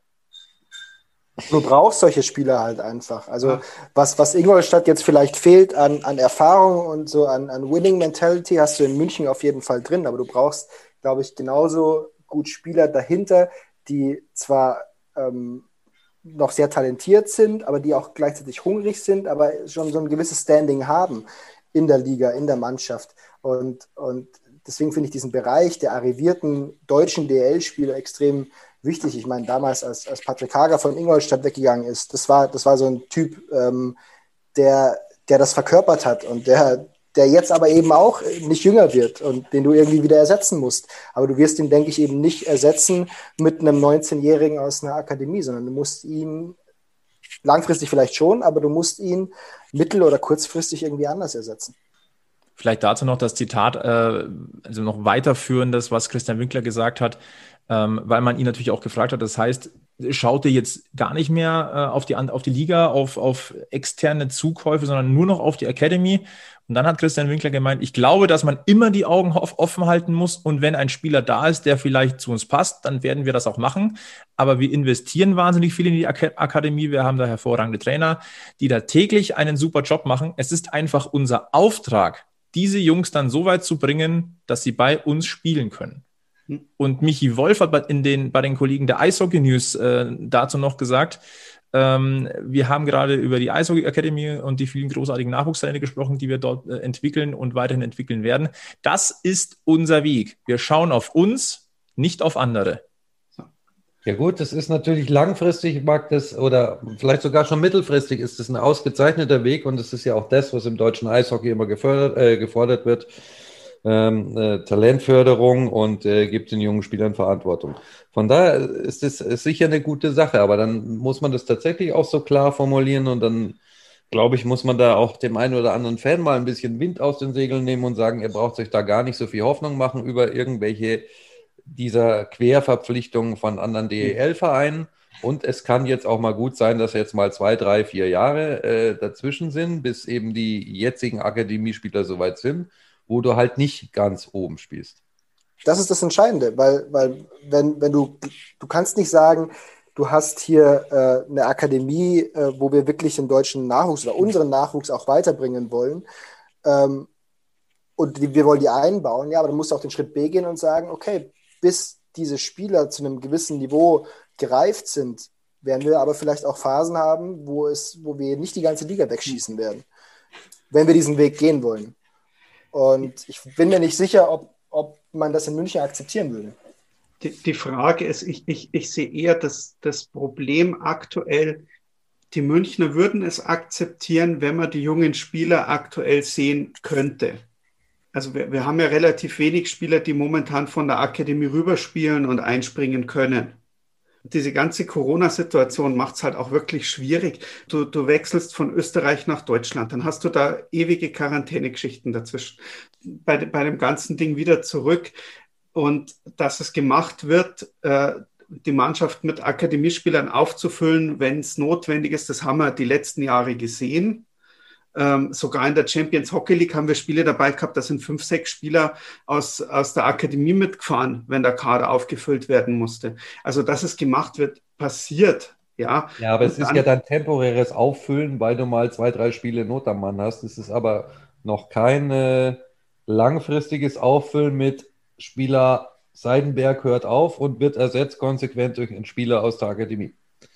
Du brauchst solche Spieler halt einfach. Also ja. was, was Ingolstadt jetzt vielleicht fehlt an, an Erfahrung und so an, an Winning Mentality, hast du in München auf jeden Fall drin. Aber du brauchst, glaube ich, genauso gut Spieler dahinter, die zwar ähm, noch sehr talentiert sind, aber die auch gleichzeitig hungrig sind, aber schon so ein gewisses Standing haben in der Liga, in der Mannschaft. Und, und deswegen finde ich diesen Bereich der arrivierten deutschen D L-Spieler extrem wichtig. Ich meine, damals, als, als Patrick Hager von Ingolstadt weggegangen ist, das war, das war so ein Typ, ähm, der, der das verkörpert hat und der, der jetzt aber eben auch nicht jünger wird und den du irgendwie wieder ersetzen musst. Aber du wirst ihn, denke ich, eben nicht ersetzen mit einem neunzehnjährigen aus einer Akademie, sondern du musst ihn langfristig vielleicht schon, aber du musst ihn mittel- oder kurzfristig irgendwie anders ersetzen. Vielleicht dazu noch das Zitat, äh, also noch weiterführendes, was Christian Winkler gesagt hat, ähm, weil man ihn natürlich auch gefragt hat. Das heißt, schaut ihr jetzt gar nicht mehr äh, auf, die, auf die Liga, auf, auf externe Zukäufe, sondern nur noch auf die Academy. Und dann hat Christian Winkler gemeint, ich glaube, dass man immer die Augen offen halten muss. Und wenn ein Spieler da ist, der vielleicht zu uns passt, dann werden wir das auch machen. Aber wir investieren wahnsinnig viel in die Ak- Akademie. Wir haben da hervorragende Trainer, die da täglich einen super Job machen. Es ist einfach unser Auftrag, diese Jungs dann so weit zu bringen, dass sie bei uns spielen können. Und Michi Wolf hat in den, bei den Kollegen der Eishockey News äh, dazu noch gesagt, ähm, wir haben gerade über die Eishockey Academy und die vielen großartigen Nachwuchstalente gesprochen, die wir dort äh, entwickeln und weiterhin entwickeln werden. Das ist unser Weg. Wir schauen auf uns, nicht auf andere. Ja gut, das ist natürlich langfristig, mag das, oder vielleicht sogar schon mittelfristig ist das ein ausgezeichneter Weg und es ist ja auch das, was im deutschen Eishockey immer gefördert, äh, gefordert wird. Ähm, äh, Talentförderung und äh, gibt den jungen Spielern Verantwortung. Von daher ist es sicher eine gute Sache, aber dann muss man das tatsächlich auch so klar formulieren und dann, glaube ich, muss man da auch dem einen oder anderen Fan mal ein bisschen Wind aus den Segeln nehmen und sagen, ihr braucht euch da gar nicht so viel Hoffnung machen über irgendwelche dieser Querverpflichtungen von anderen D E L-Vereinen. Und es kann jetzt auch mal gut sein, dass jetzt mal zwei, drei, vier Jahre äh, dazwischen sind, bis eben die jetzigen Akademiespieler soweit sind, wo du halt nicht ganz oben spielst. Das ist das Entscheidende, weil, weil wenn, wenn du, du kannst nicht sagen, du hast hier äh, eine Akademie, äh, wo wir wirklich den deutschen Nachwuchs oder unseren Nachwuchs auch weiterbringen wollen. Ähm, und wir wollen die einbauen, ja, aber dann musst du auch den Schritt B gehen und sagen, okay, bis diese Spieler zu einem gewissen Niveau gereift sind, werden wir aber vielleicht auch Phasen haben, wo, es, wo wir nicht die ganze Liga wegschießen werden, wenn wir diesen Weg gehen wollen. Und ich bin mir nicht sicher, ob, ob man das in München akzeptieren würde. Die, die Frage ist, ich, ich, ich sehe eher das, das Problem aktuell, die Münchner würden es akzeptieren, wenn man die jungen Spieler aktuell sehen könnte. Also wir, wir haben ja relativ wenig Spieler, die momentan von der Akademie rüberspielen und einspringen können. Diese ganze Corona-Situation macht es halt auch wirklich schwierig. Du, du wechselst von Österreich nach Deutschland, dann hast du da ewige Quarantänegeschichten dazwischen. Bei, bei dem ganzen Ding wieder zurück. Und dass es gemacht wird, äh, die Mannschaft mit Akademiespielern aufzufüllen, wenn es notwendig ist, das haben wir die letzten Jahre gesehen. Ähm, sogar in der Champions Hockey League haben wir Spiele dabei gehabt, da sind fünf, sechs Spieler aus, aus der Akademie mitgefahren, wenn der Kader aufgefüllt werden musste. Also, dass es gemacht wird, passiert. Ja, ja, aber und es ist dann, ja dann temporäres Auffüllen, weil du mal zwei, drei Spiele Not am Mann hast. Es ist aber noch kein äh, langfristiges Auffüllen mit Spieler Seidenberg hört auf und wird ersetzt konsequent durch einen Spieler aus der Akademie.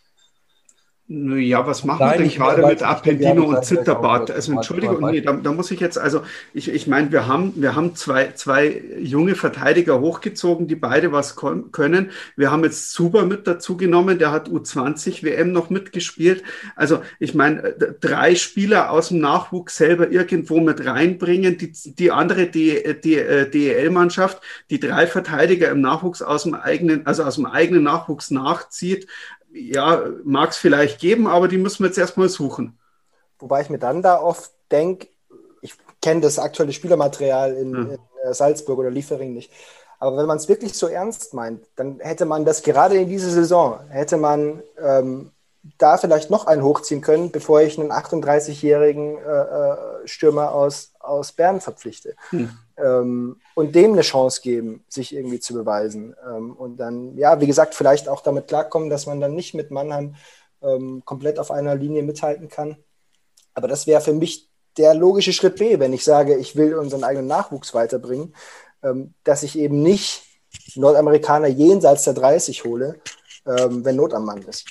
Ja, was machen wir denn gerade mit Appendino und Zitterbart? Also Entschuldigung, nee, da, da muss ich jetzt, also ich, ich meine, wir haben, wir haben zwei, zwei junge Verteidiger hochgezogen, die beide was können. Wir haben jetzt Zuber mit dazu genommen, der hat U zwanzig W M noch mitgespielt. Also ich meine, drei Spieler aus dem Nachwuchs selber irgendwo mit reinbringen, die, die andere die, die, D E L-Mannschaft, die drei Verteidiger im Nachwuchs aus dem eigenen, also aus dem eigenen Nachwuchs nachzieht. Ja, mag es vielleicht geben, aber die müssen wir jetzt erstmal suchen. Wobei ich mir dann da oft denke, ich kenne das aktuelle Spielermaterial in, ja. in Salzburg oder Liefering nicht, aber wenn man es wirklich so ernst meint, dann hätte man das gerade in dieser Saison, hätte man ähm, da vielleicht noch einen hochziehen können, bevor ich einen achtunddreißigjährigen äh, Stürmer aus, aus Bern verpflichte. Hm. Ähm, und dem eine Chance geben, sich irgendwie zu beweisen. Ähm, und dann, ja, wie gesagt, vielleicht auch damit klarkommen, dass man dann nicht mit Mannheim ähm, komplett auf einer Linie mithalten kann. Aber das wäre für mich der logische Schritt B, wenn ich sage, ich will unseren eigenen Nachwuchs weiterbringen, ähm, dass ich eben nicht Nordamerikaner jenseits der dreißig hole, ähm, wenn Not am Mann ist.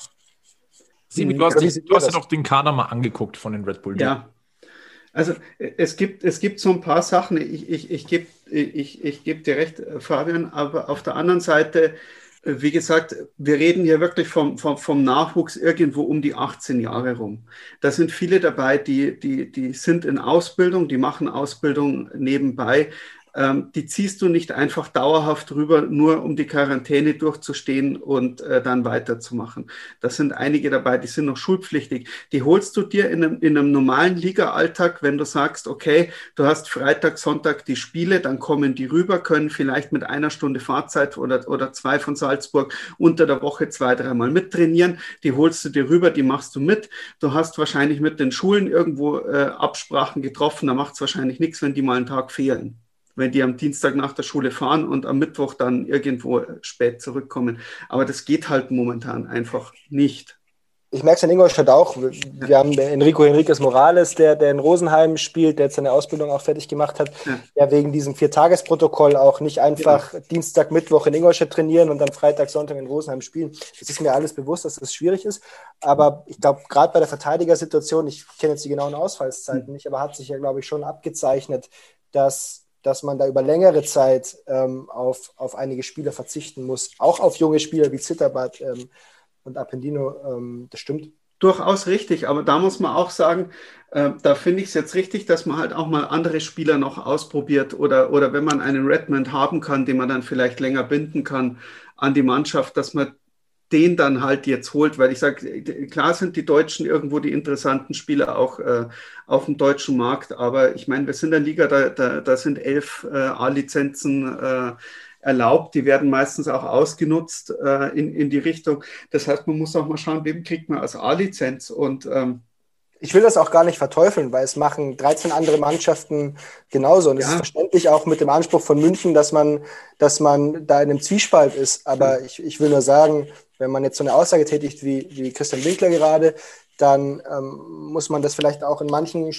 Sibi, du hast, die, du hast ja doch den Kader mal angeguckt von den Red Bull. Ja. Also es gibt, es gibt so ein paar Sachen, ich, ich, ich gebe ich, ich geb dir recht, Fabian, aber auf der anderen Seite, wie gesagt, wir reden hier wirklich vom, vom, vom Nachwuchs irgendwo um die achtzehn Jahre rum. Da sind viele dabei, die, die, die sind in Ausbildung, die machen Ausbildung nebenbei. Ähm, die ziehst du nicht einfach dauerhaft rüber, nur um die Quarantäne durchzustehen und äh, dann weiterzumachen. Da sind einige dabei, die sind noch schulpflichtig. Die holst du dir in einem, in einem normalen Liga-Alltag, wenn du sagst, okay, du hast Freitag, Sonntag die Spiele, dann kommen die rüber, können vielleicht mit einer Stunde Fahrzeit oder, oder zwei von Salzburg unter der Woche zwei, dreimal mittrainieren. Die holst du dir rüber, die machst du mit. Du hast wahrscheinlich mit den Schulen irgendwo äh, Absprachen getroffen, da macht es wahrscheinlich nichts, wenn die mal einen Tag fehlen, wenn die am Dienstag nach der Schule fahren und am Mittwoch dann irgendwo spät zurückkommen. Aber das geht halt momentan einfach nicht. Ich merke es in Ingolstadt auch. Wir haben Enrico Henriquez Morales, der, der in Rosenheim spielt, der jetzt seine Ausbildung auch fertig gemacht hat, ja, der wegen diesem Viertagesprotokoll auch nicht einfach ja. Dienstag, Mittwoch in Ingolstadt trainieren und dann Freitag, Sonntag in Rosenheim spielen. Das ist mir alles bewusst, dass das schwierig ist. Aber ich glaube, gerade bei der Verteidigersituation, ich kenne jetzt die genauen Ausfallszeiten mhm. nicht, aber hat sich ja, glaube ich, schon abgezeichnet, dass dass man da über längere Zeit ähm, auf, auf einige Spieler verzichten muss, auch auf junge Spieler wie Zitterbart ähm, und Appendino, ähm, das stimmt. Durchaus richtig, aber da muss man auch sagen, äh, da finde ich es jetzt richtig, dass man halt auch mal andere Spieler noch ausprobiert oder, oder wenn man einen Redmond haben kann, den man dann vielleicht länger binden kann an die Mannschaft, dass man den dann halt jetzt holt, weil ich sage, klar sind die Deutschen irgendwo die interessanten Spieler auch äh, auf dem deutschen Markt, aber ich meine, wir sind in der Liga, da, da, da sind elf äh, A-Lizenzen äh, erlaubt, die werden meistens auch ausgenutzt äh, in, in die Richtung. Das heißt, man muss auch mal schauen, wem kriegt man als A-Lizenz und ähm, ich will das auch gar nicht verteufeln, weil es machen dreizehn andere Mannschaften genauso. Und es ja. ist verständlich auch mit dem Anspruch von München, dass man, dass man da in einem Zwiespalt ist. Aber ja. ich, ich will nur sagen, wenn man jetzt so eine Aussage tätigt wie, wie Christian Winkler gerade, dann ähm, muss man das vielleicht auch in manchen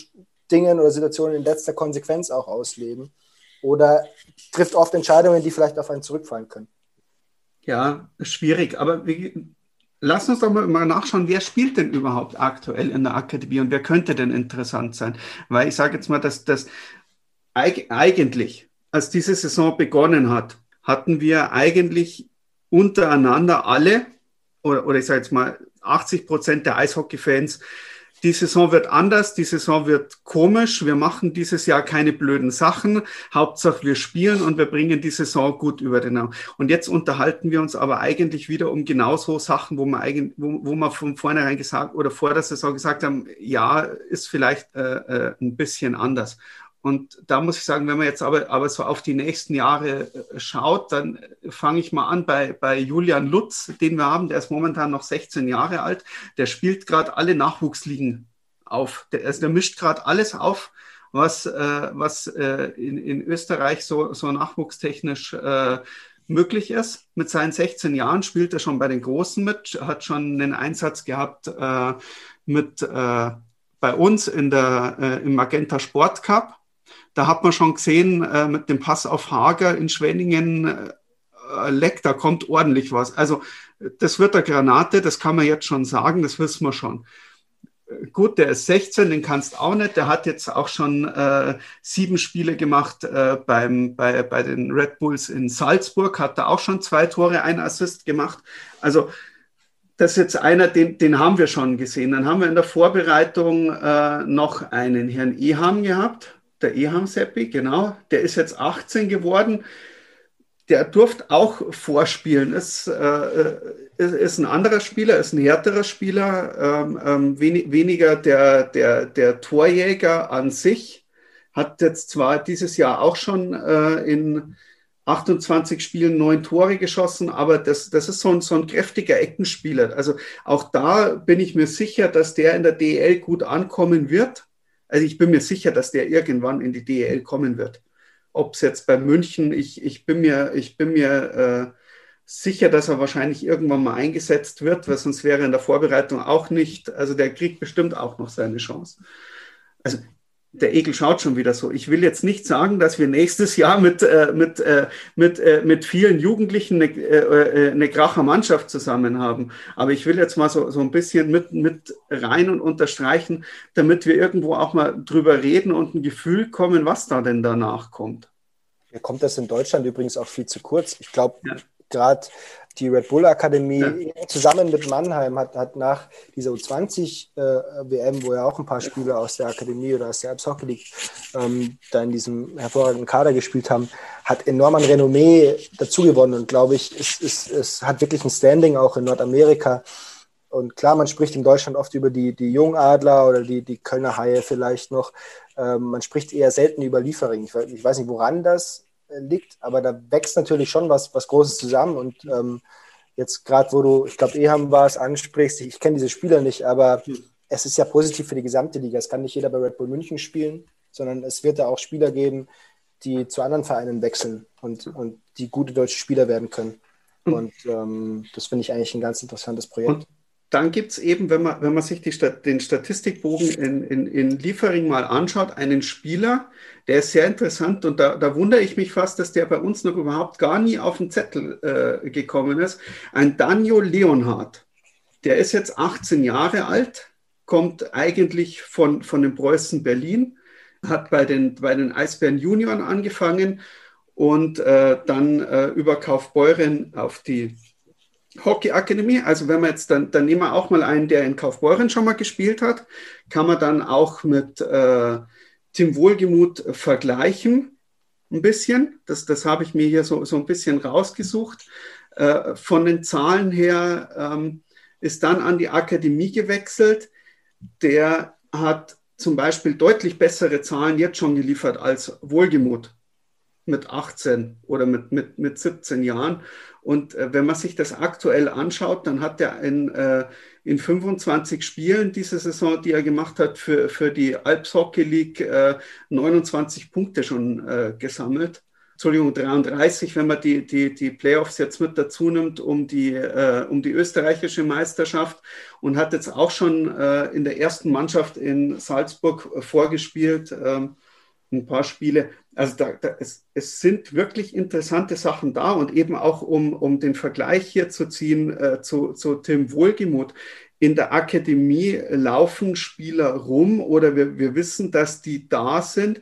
Dingen oder Situationen in letzter Konsequenz auch ausleben oder trifft oft Entscheidungen, die vielleicht auf einen zurückfallen können. Ja, schwierig, aber wie, lass uns doch mal, mal nachschauen, wer spielt denn überhaupt aktuell in der Akademie und wer könnte denn interessant sein? Weil ich sage jetzt mal, dass das eigentlich, als diese Saison begonnen hat, hatten wir eigentlich untereinander alle, oder, oder ich sage jetzt mal achtzig Prozent der Eishockey-Fans, die Saison wird anders, die Saison wird komisch, wir machen dieses Jahr keine blöden Sachen, Hauptsache wir spielen und wir bringen die Saison gut über den Raum. Und jetzt unterhalten wir uns aber eigentlich wieder um genauso Sachen, wo wir eigentlich, wo, wo wir von vornherein gesagt oder vor der Saison gesagt haben, ja, ist vielleicht äh, äh, ein bisschen anders. Und da muss ich sagen, wenn man jetzt aber, aber so auf die nächsten Jahre schaut, dann fange ich mal an bei, bei Julian Lutz, den wir haben, der ist momentan noch sechzehn Jahre alt, der spielt gerade alle Nachwuchsligen auf. Der, also der mischt gerade alles auf, was, äh, was äh, in, in Österreich so, so nachwuchstechnisch äh, möglich ist. Mit seinen sechzehn Jahren spielt er schon bei den Großen mit, hat schon einen Einsatz gehabt äh, mit äh, bei uns in der, äh, im Magenta Sport Cup. Da hat man schon gesehen, äh, mit dem Pass auf Hager in Schwenningen, äh, leck, da kommt ordentlich was. Also das wird eine Granate, das kann man jetzt schon sagen, das wissen wir schon. Gut, der ist sechzehn, den kannst du auch nicht. Der hat jetzt auch schon äh, sieben Spiele gemacht äh, beim, bei, bei den Red Bulls in Salzburg, hat da auch schon zwei Tore, ein Assist gemacht. Also das ist jetzt einer, den, den haben wir schon gesehen. Dann haben wir in der Vorbereitung äh, noch einen Herrn Eham gehabt. Der Eham Seppi, genau, der ist jetzt achtzehn geworden, der durfte auch vorspielen, ist, äh, ist, ist ein anderer Spieler, ist ein härterer Spieler, ähm, ähm, wenig, weniger der, der, der Torjäger an sich, hat jetzt zwar dieses Jahr auch schon äh, in achtundzwanzig Spielen neun Tore geschossen, aber das, das ist so ein, so ein kräftiger Eckenspieler, also auch da bin ich mir sicher, dass der in der D E L gut ankommen wird. Also ich bin mir sicher, dass der irgendwann in die D E L kommen wird. Ob es jetzt bei München, ich, ich bin mir, ich bin mir äh, sicher, dass er wahrscheinlich irgendwann mal eingesetzt wird, weil sonst wäre er in der Vorbereitung auch nicht. Also der kriegt bestimmt auch noch seine Chance. Also der Egel schaut schon wieder so. Ich will jetzt nicht sagen, dass wir nächstes Jahr mit, äh, mit, äh, mit, äh, mit vielen Jugendlichen eine, äh, eine Kracher Mannschaft zusammen haben. Aber ich will jetzt mal so, so ein bisschen mit, mit rein und unterstreichen, damit wir irgendwo auch mal drüber reden und ein Gefühl kommen, was da denn danach kommt. Mir kommt das in Deutschland übrigens auch viel zu kurz. Ich glaube, ja. gerade die Red Bull Akademie ja. zusammen mit Mannheim hat, hat nach dieser U zwanzig W M, wo ja auch ein paar Spieler aus der Akademie oder aus der Alps Hockey League ähm, da in diesem hervorragenden Kader gespielt haben, hat enorm an Renommee dazu gewonnen und glaube ich, es, es, es hat wirklich ein Standing auch in Nordamerika. Und klar, man spricht in Deutschland oft über die, die Jungadler oder die, die Kölner Haie vielleicht noch. Ähm, man spricht eher selten über Liefering. Ich, ich weiß nicht, woran das liegt, aber da wächst natürlich schon was, was Großes zusammen und ähm, jetzt gerade, wo du, ich glaube, Eham war es, ansprichst, ich, ich kenne diese Spieler nicht, aber es ist ja positiv für die gesamte Liga. Es kann nicht jeder bei Red Bull München spielen, sondern es wird da auch Spieler geben, die zu anderen Vereinen wechseln und, und die gute deutsche Spieler werden können. Und ähm, das finde ich eigentlich ein ganz interessantes Projekt. Und dann gibt es eben, wenn man, wenn man sich die Stat- den Statistikbogen in, in, in Liefering mal anschaut, einen Spieler, der ist sehr interessant und da, da wundere ich mich fast, dass der bei uns noch überhaupt gar nie auf den Zettel äh, gekommen ist. Ein Danjo Leonhardt, der ist jetzt achtzehn Jahre alt, kommt eigentlich von, von den Preußen Berlin, hat bei den, bei den Eisbären Junioren angefangen und äh, dann äh, über Kaufbeuren auf die Hockey-Akademie, also wenn man jetzt, dann, dann nehmen wir auch mal einen, der in Kaufbeuren schon mal gespielt hat, kann man dann auch mit äh, Tim Wohlgemuth vergleichen, ein bisschen. Das, das habe ich mir hier so, so ein bisschen rausgesucht. Äh, von den Zahlen her ähm, ist dann an die Akademie gewechselt. Der hat zum Beispiel deutlich bessere Zahlen jetzt schon geliefert als Wohlgemuth mit achtzehn oder mit, mit, mit siebzehn Jahren. Und äh, wenn man sich das aktuell anschaut, dann hat er in, äh, in fünfundzwanzig Spielen diese Saison, die er gemacht hat, für, für die Alps Hockey League äh, neunundzwanzig Punkte schon äh, gesammelt. Entschuldigung, dreiunddreißig, wenn man die, die, die Playoffs jetzt mit dazu nimmt, um die, äh, um die österreichische Meisterschaft und hat jetzt auch schon äh, in der ersten Mannschaft in Salzburg äh, vorgespielt, äh, ein paar Spiele. Also da, da, es, es sind wirklich interessante Sachen da und eben auch, um, um den Vergleich hier zu ziehen äh, zu, zu Tim Wohlgemuth. In der Akademie laufen Spieler rum oder wir, wir wissen, dass die da sind,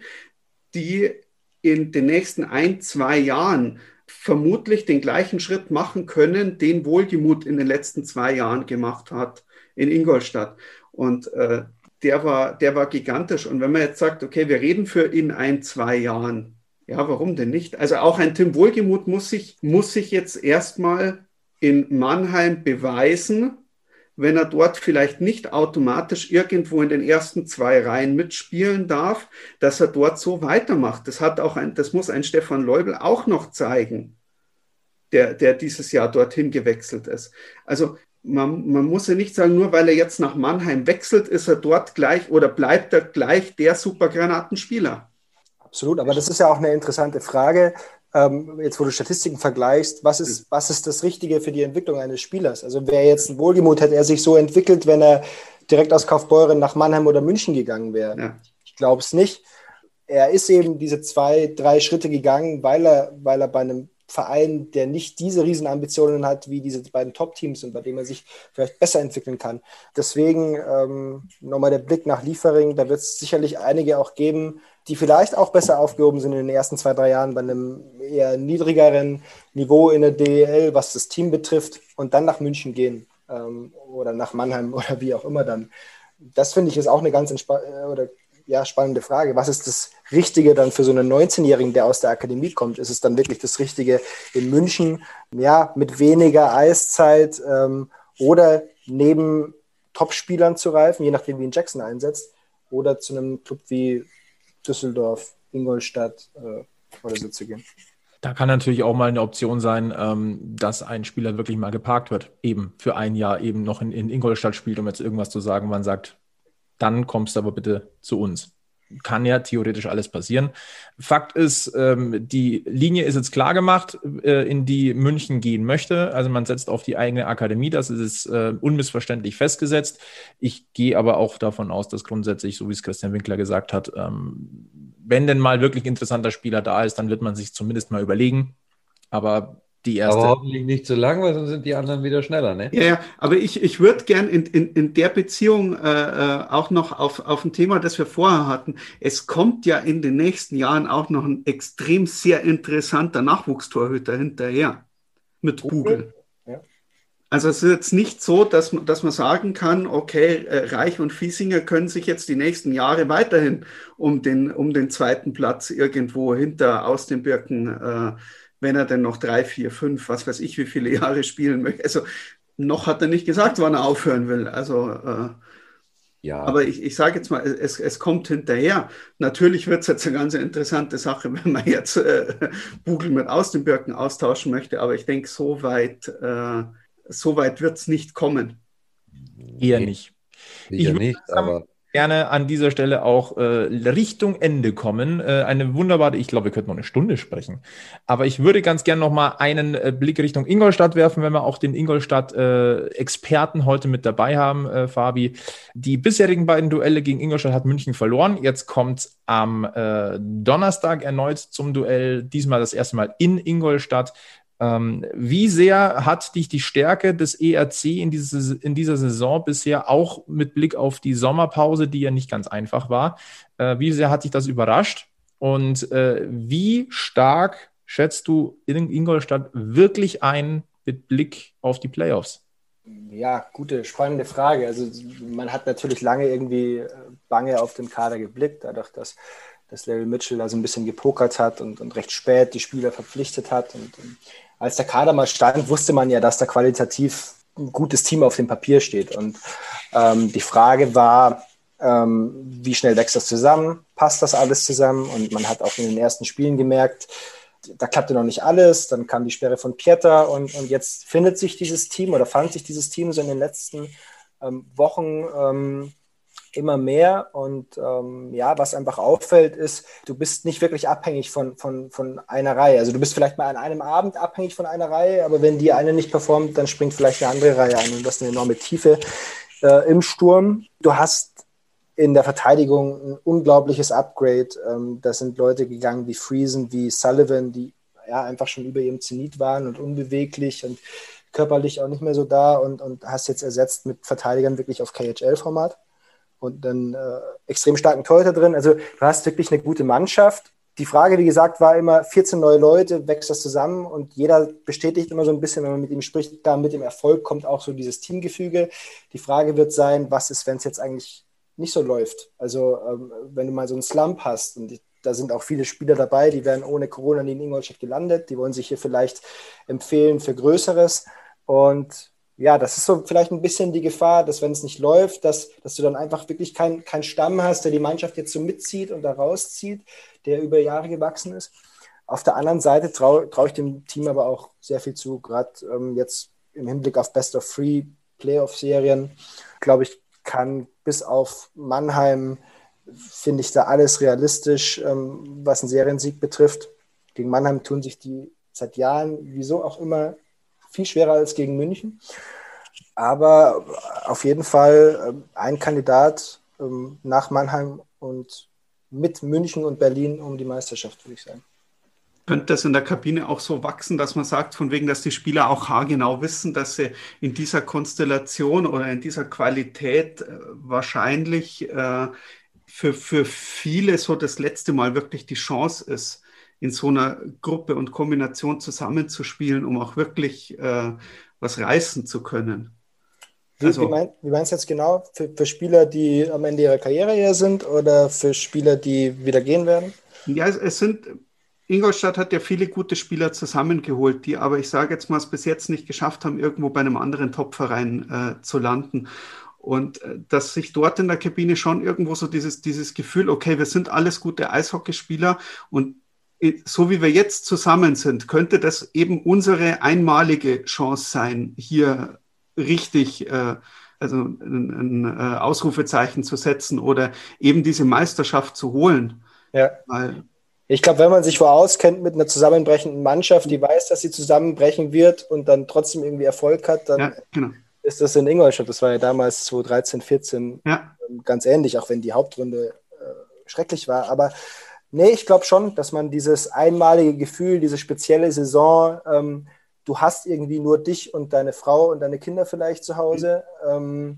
die in den nächsten ein, zwei Jahren vermutlich den gleichen Schritt machen können, den Wohlgemuth in den letzten zwei Jahren gemacht hat in Ingolstadt. Und äh, der war, der war gigantisch. Und wenn man jetzt sagt, okay, wir reden für ihn ein, zwei Jahren, ja, warum denn nicht? Also auch ein Tim Wohlgemuth muss sich, muss sich jetzt erstmal in Mannheim beweisen, wenn er dort vielleicht nicht automatisch irgendwo in den ersten zwei Reihen mitspielen darf, dass er dort so weitermacht. Das hat auch ein, das muss ein Stefan Leubl auch noch zeigen, der, der dieses Jahr dorthin gewechselt ist. Also man, man muss ja nicht sagen, nur weil er jetzt nach Mannheim wechselt, ist er dort gleich oder bleibt er gleich der Supergranatenspieler. Absolut, aber das ist ja auch eine interessante Frage. Ähm, jetzt, wo du Statistiken vergleichst, was ist, was ist das Richtige für die Entwicklung eines Spielers? Also wäre jetzt ein Wohlgemuth, hätte er sich so entwickelt, wenn er direkt aus Kaufbeuren nach Mannheim oder München gegangen wäre? Ja. Ich glaube es nicht. Er ist eben diese zwei, drei Schritte gegangen, weil er, weil er bei einem Verein, der nicht diese Riesenambitionen hat, wie diese beiden Top-Teams und bei dem er sich vielleicht besser entwickeln kann. Deswegen ähm, nochmal der Blick nach Liefering, da wird es sicherlich einige auch geben, die vielleicht auch besser aufgehoben sind in den ersten zwei, drei Jahren bei einem eher niedrigeren Niveau in der D E L, was das Team betrifft, und dann nach München gehen ähm, oder nach Mannheim oder wie auch immer dann. Das finde ich ist auch eine ganz entspa- oder, ja, spannende Frage. Was ist das Richtige dann für so einen neunzehnjährigen, der aus der Akademie kommt? Ist es dann wirklich das Richtige in München, ja, mit weniger Eiszeit ähm, oder neben Topspielern zu reifen, je nachdem, wie ihn Jackson einsetzt, oder zu einem Club wie Düsseldorf, Ingolstadt äh, oder so zu gehen? Da kann natürlich auch mal eine Option sein, ähm, dass ein Spieler wirklich mal geparkt wird, eben für ein Jahr eben noch in, in Ingolstadt spielt, um jetzt irgendwas zu sagen. Man sagt, dann kommst du aber bitte zu uns. Kann ja theoretisch alles passieren. Fakt ist, ähm, die Linie ist jetzt klar gemacht, äh, in die München gehen möchte. Also man setzt auf die eigene Akademie, das ist äh, unmissverständlich festgesetzt. Ich gehe aber auch davon aus, dass grundsätzlich, so wie es Christian Winkler gesagt hat, ähm, wenn denn mal wirklich interessanter Spieler da ist, dann wird man sich zumindest mal überlegen. Aber die erste. Aber hoffentlich nicht zu lang, weil sonst sind die anderen wieder schneller, ne? Ja, ja, aber ich, ich würde gern in, in, in der Beziehung äh, auch noch auf, auf ein Thema, das wir vorher hatten. Es kommt ja in den nächsten Jahren auch noch ein extrem sehr interessanter Nachwuchstorhüter hinterher mit Bugel. Ja. Also es ist jetzt nicht so, dass man, dass man sagen kann, okay, äh, Reich und Fiesinger können sich jetzt die nächsten Jahre weiterhin um den, um den zweiten Platz irgendwo hinter aus den Birken äh, wenn er denn noch drei, vier, fünf, was weiß ich, wie viele Jahre spielen möchte. Also noch hat er nicht gesagt, wann er aufhören will. Also, äh, ja. Aber ich, ich sage jetzt mal, es, es kommt hinterher. Natürlich wird es jetzt eine ganz interessante Sache, wenn man jetzt äh, Bugel mit aus den Birken austauschen möchte. Aber ich denke, so weit, äh, so weit wird es nicht kommen. Eher nicht. Sicher ich nicht, aber... gerne an dieser Stelle auch äh, Richtung Ende kommen. Äh, eine wunderbare, ich glaube, wir könnten noch eine Stunde sprechen. Aber ich würde ganz gerne noch mal einen äh, Blick Richtung Ingolstadt werfen, wenn wir auch den Ingolstadt-Experten äh, heute mit dabei haben, äh, Fabi. Die bisherigen beiden Duelle gegen Ingolstadt hat München verloren. Jetzt kommt am äh, Donnerstag erneut zum Duell, diesmal das erste Mal in Ingolstadt. Ähm, wie sehr hat dich die Stärke des E R C in, diese, in dieser Saison bisher, auch mit Blick auf die Sommerpause, die ja nicht ganz einfach war, äh, wie sehr hat dich das überrascht? Und äh, wie stark schätzt du in Ingolstadt wirklich ein mit Blick auf die Playoffs? Ja, gute, spannende Frage. Also man hat natürlich lange irgendwie bange auf den Kader geblickt, dadurch, dass dass Larry Mitchell da so ein bisschen gepokert hat und, und recht spät die Spieler verpflichtet hat. Und, und als der Kader mal stand, wusste man ja, dass da qualitativ ein gutes Team auf dem Papier steht. Und ähm, die Frage war, ähm, wie schnell wächst das zusammen? Passt das alles zusammen? Und man hat auch in den ersten Spielen gemerkt, da klappte noch nicht alles. Dann kam die Sperre von Pieter und, und jetzt findet sich dieses Team oder fand sich dieses Team so in den letzten ähm, Wochen ähm, immer mehr. Und ähm, ja, was einfach auffällt, ist, du bist nicht wirklich abhängig von, von, von einer Reihe. Also du bist vielleicht mal an einem Abend abhängig von einer Reihe, aber wenn die eine nicht performt, dann springt vielleicht eine andere Reihe an und das ist eine enorme Tiefe äh, im Sturm. Du hast in der Verteidigung ein unglaubliches Upgrade. Ähm, da sind Leute gegangen wie Friesen, wie Sullivan, die ja einfach schon über ihrem Zenit waren und unbeweglich und körperlich auch nicht mehr so da und, und hast jetzt ersetzt mit Verteidigern wirklich auf K H L-Format und dann äh, extrem starken Torhüter drin. Also du hast wirklich eine gute Mannschaft. Die Frage, wie gesagt, war immer vierzehn neue Leute, wächst das zusammen und jeder bestätigt immer so ein bisschen, wenn man mit ihm spricht, da mit dem Erfolg kommt auch so dieses Teamgefüge. Die Frage wird sein, was ist, wenn es jetzt eigentlich nicht so läuft? Also ähm, wenn du mal so einen Slump hast und die, da sind auch viele Spieler dabei, die wären ohne Corona nie in Ingolstadt gelandet, die wollen sich hier vielleicht empfehlen für Größeres und ja, das ist so vielleicht ein bisschen die Gefahr, dass wenn es nicht läuft, dass, dass du dann einfach wirklich keinen kein Stamm hast, der die Mannschaft jetzt so mitzieht und da rauszieht, der über Jahre gewachsen ist. Auf der anderen Seite traue trau ich dem Team aber auch sehr viel zu, gerade ähm, jetzt im Hinblick auf Best of Three Playoff-Serien, glaube ich, kann bis auf Mannheim, finde ich da alles realistisch, ähm, was einen Seriensieg betrifft. Gegen Mannheim tun sich die seit Jahren, wieso auch immer, viel schwerer als gegen München. Aber auf jeden Fall ähm, ein Kandidat ähm, nach Mannheim und mit München und Berlin um die Meisterschaft, würde ich sagen. Könnte das in der Kabine auch so wachsen, dass man sagt, von wegen, dass die Spieler auch haargenau wissen, dass sie in dieser Konstellation oder in dieser Qualität äh, wahrscheinlich äh, für, für viele so das letzte Mal wirklich die Chance ist, in so einer Gruppe und Kombination zusammenzuspielen, um auch wirklich äh, was reißen zu können. Wie, also, wie, mein, wie meinst du jetzt genau? Für, für Spieler, die am Ende ihrer Karriere hier sind oder für Spieler, die wieder gehen werden? Ja, es, es sind, Ingolstadt hat ja viele gute Spieler zusammengeholt, die aber, ich sage jetzt mal, es bis jetzt nicht geschafft haben, irgendwo bei einem anderen Topverein äh, zu landen. Und äh, dass sich dort in der Kabine schon irgendwo so dieses, dieses Gefühl, okay, wir sind alles gute Eishockeyspieler und so wie wir jetzt zusammen sind, könnte das eben unsere einmalige Chance sein, hier richtig äh, also ein, ein äh, Ausrufezeichen zu setzen oder eben diese Meisterschaft zu holen. Ja. Weil, ich glaube, wenn man sich wo auskennt mit einer zusammenbrechenden Mannschaft, die weiß, dass sie zusammenbrechen wird und dann trotzdem irgendwie Erfolg hat, dann ja, genau. ist das in Ingolstadt. Das war ja damals zwanzig dreizehn, vierzehn ja. ganz ähnlich, auch wenn die Hauptrunde äh, schrecklich war. Aber nee, ich glaube schon, dass man dieses einmalige Gefühl, diese spezielle Saison, ähm, du hast irgendwie nur dich und deine Frau und deine Kinder vielleicht zu Hause, ähm,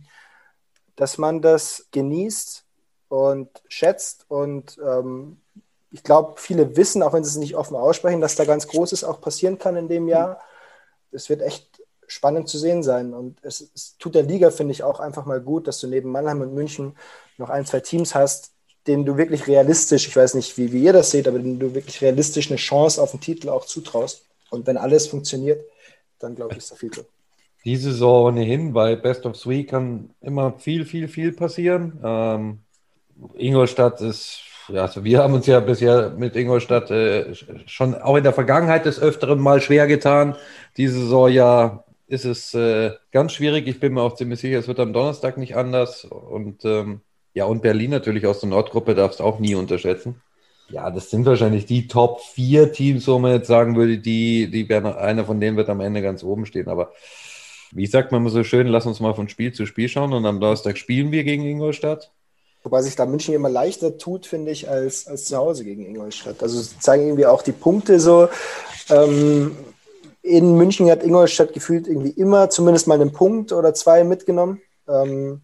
dass man das genießt und schätzt. Und ähm, ich glaube, viele wissen, auch wenn sie es nicht offen aussprechen, dass da ganz Großes auch passieren kann in dem Jahr. Es wird echt spannend zu sehen sein. Und es, es tut der Liga, finde ich, auch einfach mal gut, dass du neben Mannheim und München noch ein, zwei Teams hast, denen du wirklich realistisch, ich weiß nicht, wie, wie ihr das seht, aber denen du wirklich realistisch eine Chance auf den Titel auch zutraust. Und wenn alles funktioniert, dann glaube ich, ist da viel drin. Die Saison ohnehin, bei Best of Three kann immer viel, viel, viel passieren. Ähm, Ingolstadt ist, ja, also wir haben uns ja bisher mit Ingolstadt äh, schon auch in der Vergangenheit des Öfteren mal schwer getan. Diese Saison ja ist es äh, ganz schwierig. Ich bin mir auch ziemlich sicher, es wird am Donnerstag nicht anders. Und ähm, ja, und Berlin natürlich aus der Nordgruppe darfst du auch nie unterschätzen. Ja, das sind wahrscheinlich die Top vier Teams, wo man jetzt sagen würde, die, die werden, einer von denen wird am Ende ganz oben stehen. Aber wie sagt man immer so schön, lass uns mal von Spiel zu Spiel schauen und am Donnerstag spielen wir gegen Ingolstadt. Wobei sich da München immer leichter tut, finde ich, als, als zu Hause gegen Ingolstadt. Also zeigen irgendwie auch die Punkte so. Ähm, in München hat Ingolstadt gefühlt irgendwie immer zumindest mal einen Punkt oder zwei mitgenommen. Ähm,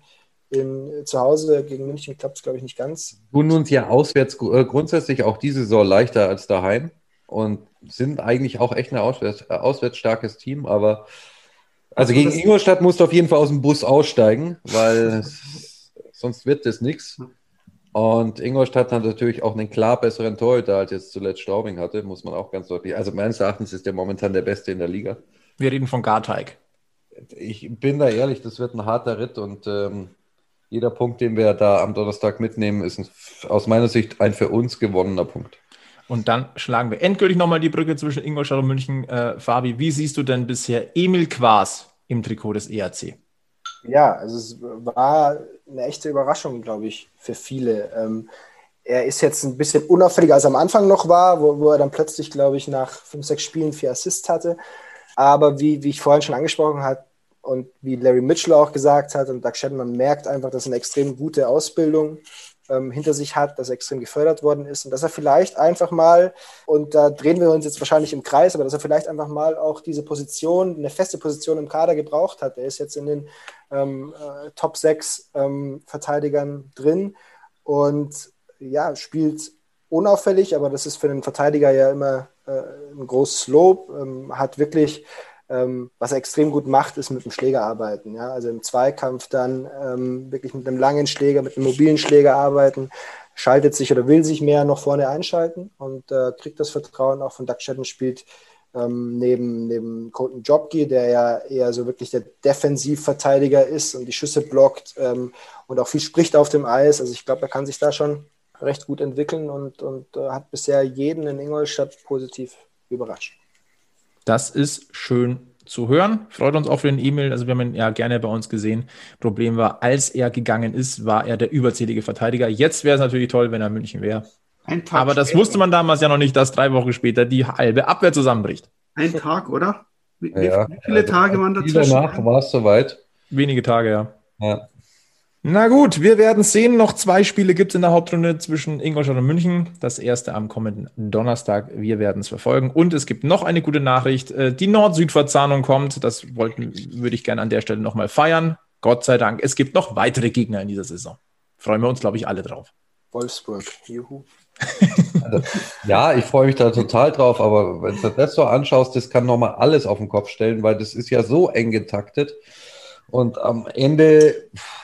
In, zu Hause gegen München klappt es, glaube ich, nicht ganz. Tun uns ja auswärts äh, grundsätzlich auch diese Saison leichter als daheim und sind eigentlich auch echt ein auswärts, äh, auswärts starkes Team, aber also, also gegen Ingolstadt musst du auf jeden Fall aus dem Bus aussteigen, weil sonst wird das nichts. Und Ingolstadt hat natürlich auch einen klar besseren Torhüter, als jetzt zuletzt Straubing hatte, muss man auch ganz deutlich. Also meines Erachtens ist der momentan der Beste in der Liga. Wir reden von Garteig. Ich bin da ehrlich, das wird ein harter Ritt und ähm, jeder Punkt, den wir da am Donnerstag mitnehmen, ist ein, aus meiner Sicht ein für uns gewonnener Punkt. Und dann schlagen wir endgültig nochmal die Brücke zwischen Ingolstadt und München. Äh, Fabi, wie siehst du denn bisher Emil Quaas im Trikot des E A C? Ja, also es war eine echte Überraschung, glaube ich, für viele. Ähm, er ist jetzt ein bisschen unauffälliger, als er am Anfang noch war, wo, wo er dann plötzlich, glaube ich, nach fünf, sechs Spielen vier Assists hatte. Aber wie, wie ich vorhin schon angesprochen habe und wie Larry Mitchell auch gesagt hat und Doug Shedden, man merkt einfach, dass er eine extrem gute Ausbildung ähm, hinter sich hat, dass er extrem gefördert worden ist und dass er vielleicht einfach mal, und da drehen wir uns jetzt wahrscheinlich im Kreis, aber dass er vielleicht einfach mal auch diese Position, eine feste Position im Kader gebraucht hat. Er ist jetzt in den ähm, äh, Top sechs ähm, Verteidigern drin und ja, spielt unauffällig, aber das ist für einen Verteidiger ja immer äh, ein großes Lob, ähm, hat wirklich, ähm, was er extrem gut macht, ist mit dem Schläger arbeiten, ja, also im Zweikampf dann ähm, wirklich mit einem langen Schläger, mit einem mobilen Schläger arbeiten, schaltet sich oder will sich mehr noch vorne einschalten und äh, kriegt das Vertrauen auch von Doug Shedden, spielt ähm, neben, neben Colton Jobke, der ja eher so wirklich der Defensivverteidiger ist und die Schüsse blockt ähm, und auch viel spricht auf dem Eis, also ich glaube, er kann sich da schon recht gut entwickeln und, und äh, hat bisher jeden in Ingolstadt positiv überrascht. Das ist schön zu hören. Freut uns auch für den E-Mail. Also wir haben ihn ja gerne bei uns gesehen. Problem war, als er gegangen ist, war er der überzählige Verteidiger. Jetzt wäre es natürlich toll, wenn er in München wäre. Aber das später. Wusste man damals ja noch nicht, dass drei Wochen später die halbe Abwehr zusammenbricht. Ein Tag, oder? Wie, ja, wie viele also Tage waren dazwischen? Danach war es soweit. Wenige Tage, ja. Ja. Na gut, wir werden sehen. Noch zwei Spiele gibt es in der Hauptrunde zwischen Ingolstadt und München. Das erste am kommenden Donnerstag. Wir werden es verfolgen. Und es gibt noch eine gute Nachricht. Die Nord-Süd-Verzahnung kommt. Das wollten, würde ich gerne an der Stelle nochmal feiern. Gott sei Dank. Es gibt noch weitere Gegner in dieser Saison. Freuen wir uns, glaube ich, alle drauf. Wolfsburg. Juhu. Also, ja, ich freue mich da total drauf. Aber wenn du das so anschaust, das kann nochmal alles auf den Kopf stellen, weil das ist ja so eng getaktet. Und am Ende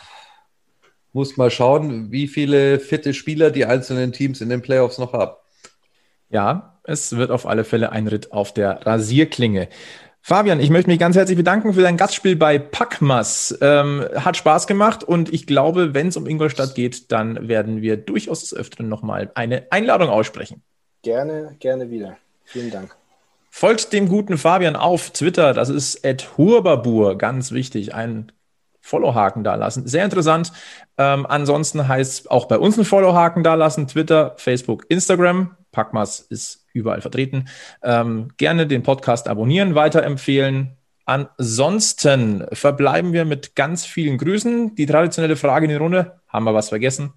muss mal schauen, wie viele fitte Spieler die einzelnen Teams in den Playoffs noch haben. Ja, es wird auf alle Fälle ein Ritt auf der Rasierklinge. Fabian, ich möchte mich ganz herzlich bedanken für dein Gastspiel bei Packmas. Ähm, hat Spaß gemacht und ich glaube, wenn es um Ingolstadt geht, dann werden wir durchaus des Öfteren nochmal eine Einladung aussprechen. Gerne, gerne wieder. Vielen Dank. Folgt dem guten Fabian auf Twitter, das ist at hurbabur, ganz wichtig, ein Follow-Haken da lassen. Sehr interessant. Ähm, ansonsten heißt es auch bei uns einen Follow-Haken da lassen. Twitter, Facebook, Instagram. Packmas ist überall vertreten. Ähm, gerne den Podcast abonnieren, weiterempfehlen. Ansonsten verbleiben wir mit ganz vielen Grüßen. Die traditionelle Frage in die Runde. Haben wir was vergessen?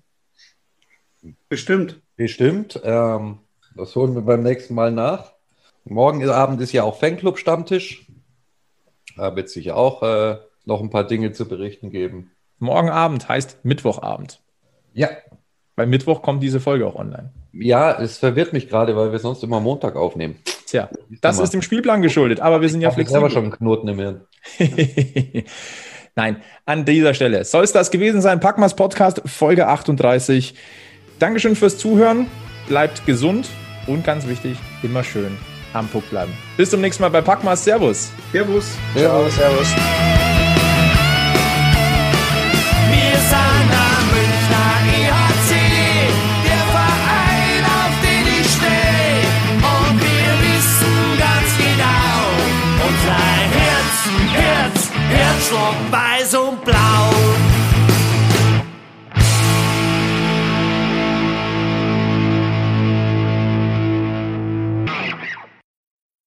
Bestimmt. Bestimmt. Ähm, das holen wir beim nächsten Mal nach. Morgen Abend ist ja auch Fanclub-Stammtisch. Da wird sich auch äh, noch ein paar Dinge zu berichten geben. Morgen Abend heißt Mittwochabend. Ja. Weil Mittwoch kommt diese Folge auch online. Ja, es verwirrt mich gerade, weil wir sonst immer Montag aufnehmen. Tja, das ist dem Spielplan geschuldet, aber wir sind ja flexibel. Ich habe selber schon einen Knoten im Hirn. Nein, an dieser Stelle soll es das gewesen sein. Packmas Podcast, Folge achtunddreißig. Dankeschön fürs Zuhören. Bleibt gesund und ganz wichtig, immer schön am Puck bleiben. Bis zum nächsten Mal bei Packmas. Servus. Servus. Ciao, servus. Wir sind am Münchner E H C, der Verein, auf den ich stehe. Und wir wissen ganz genau, unser Herz, Herz, Herzschlag weiß und blau.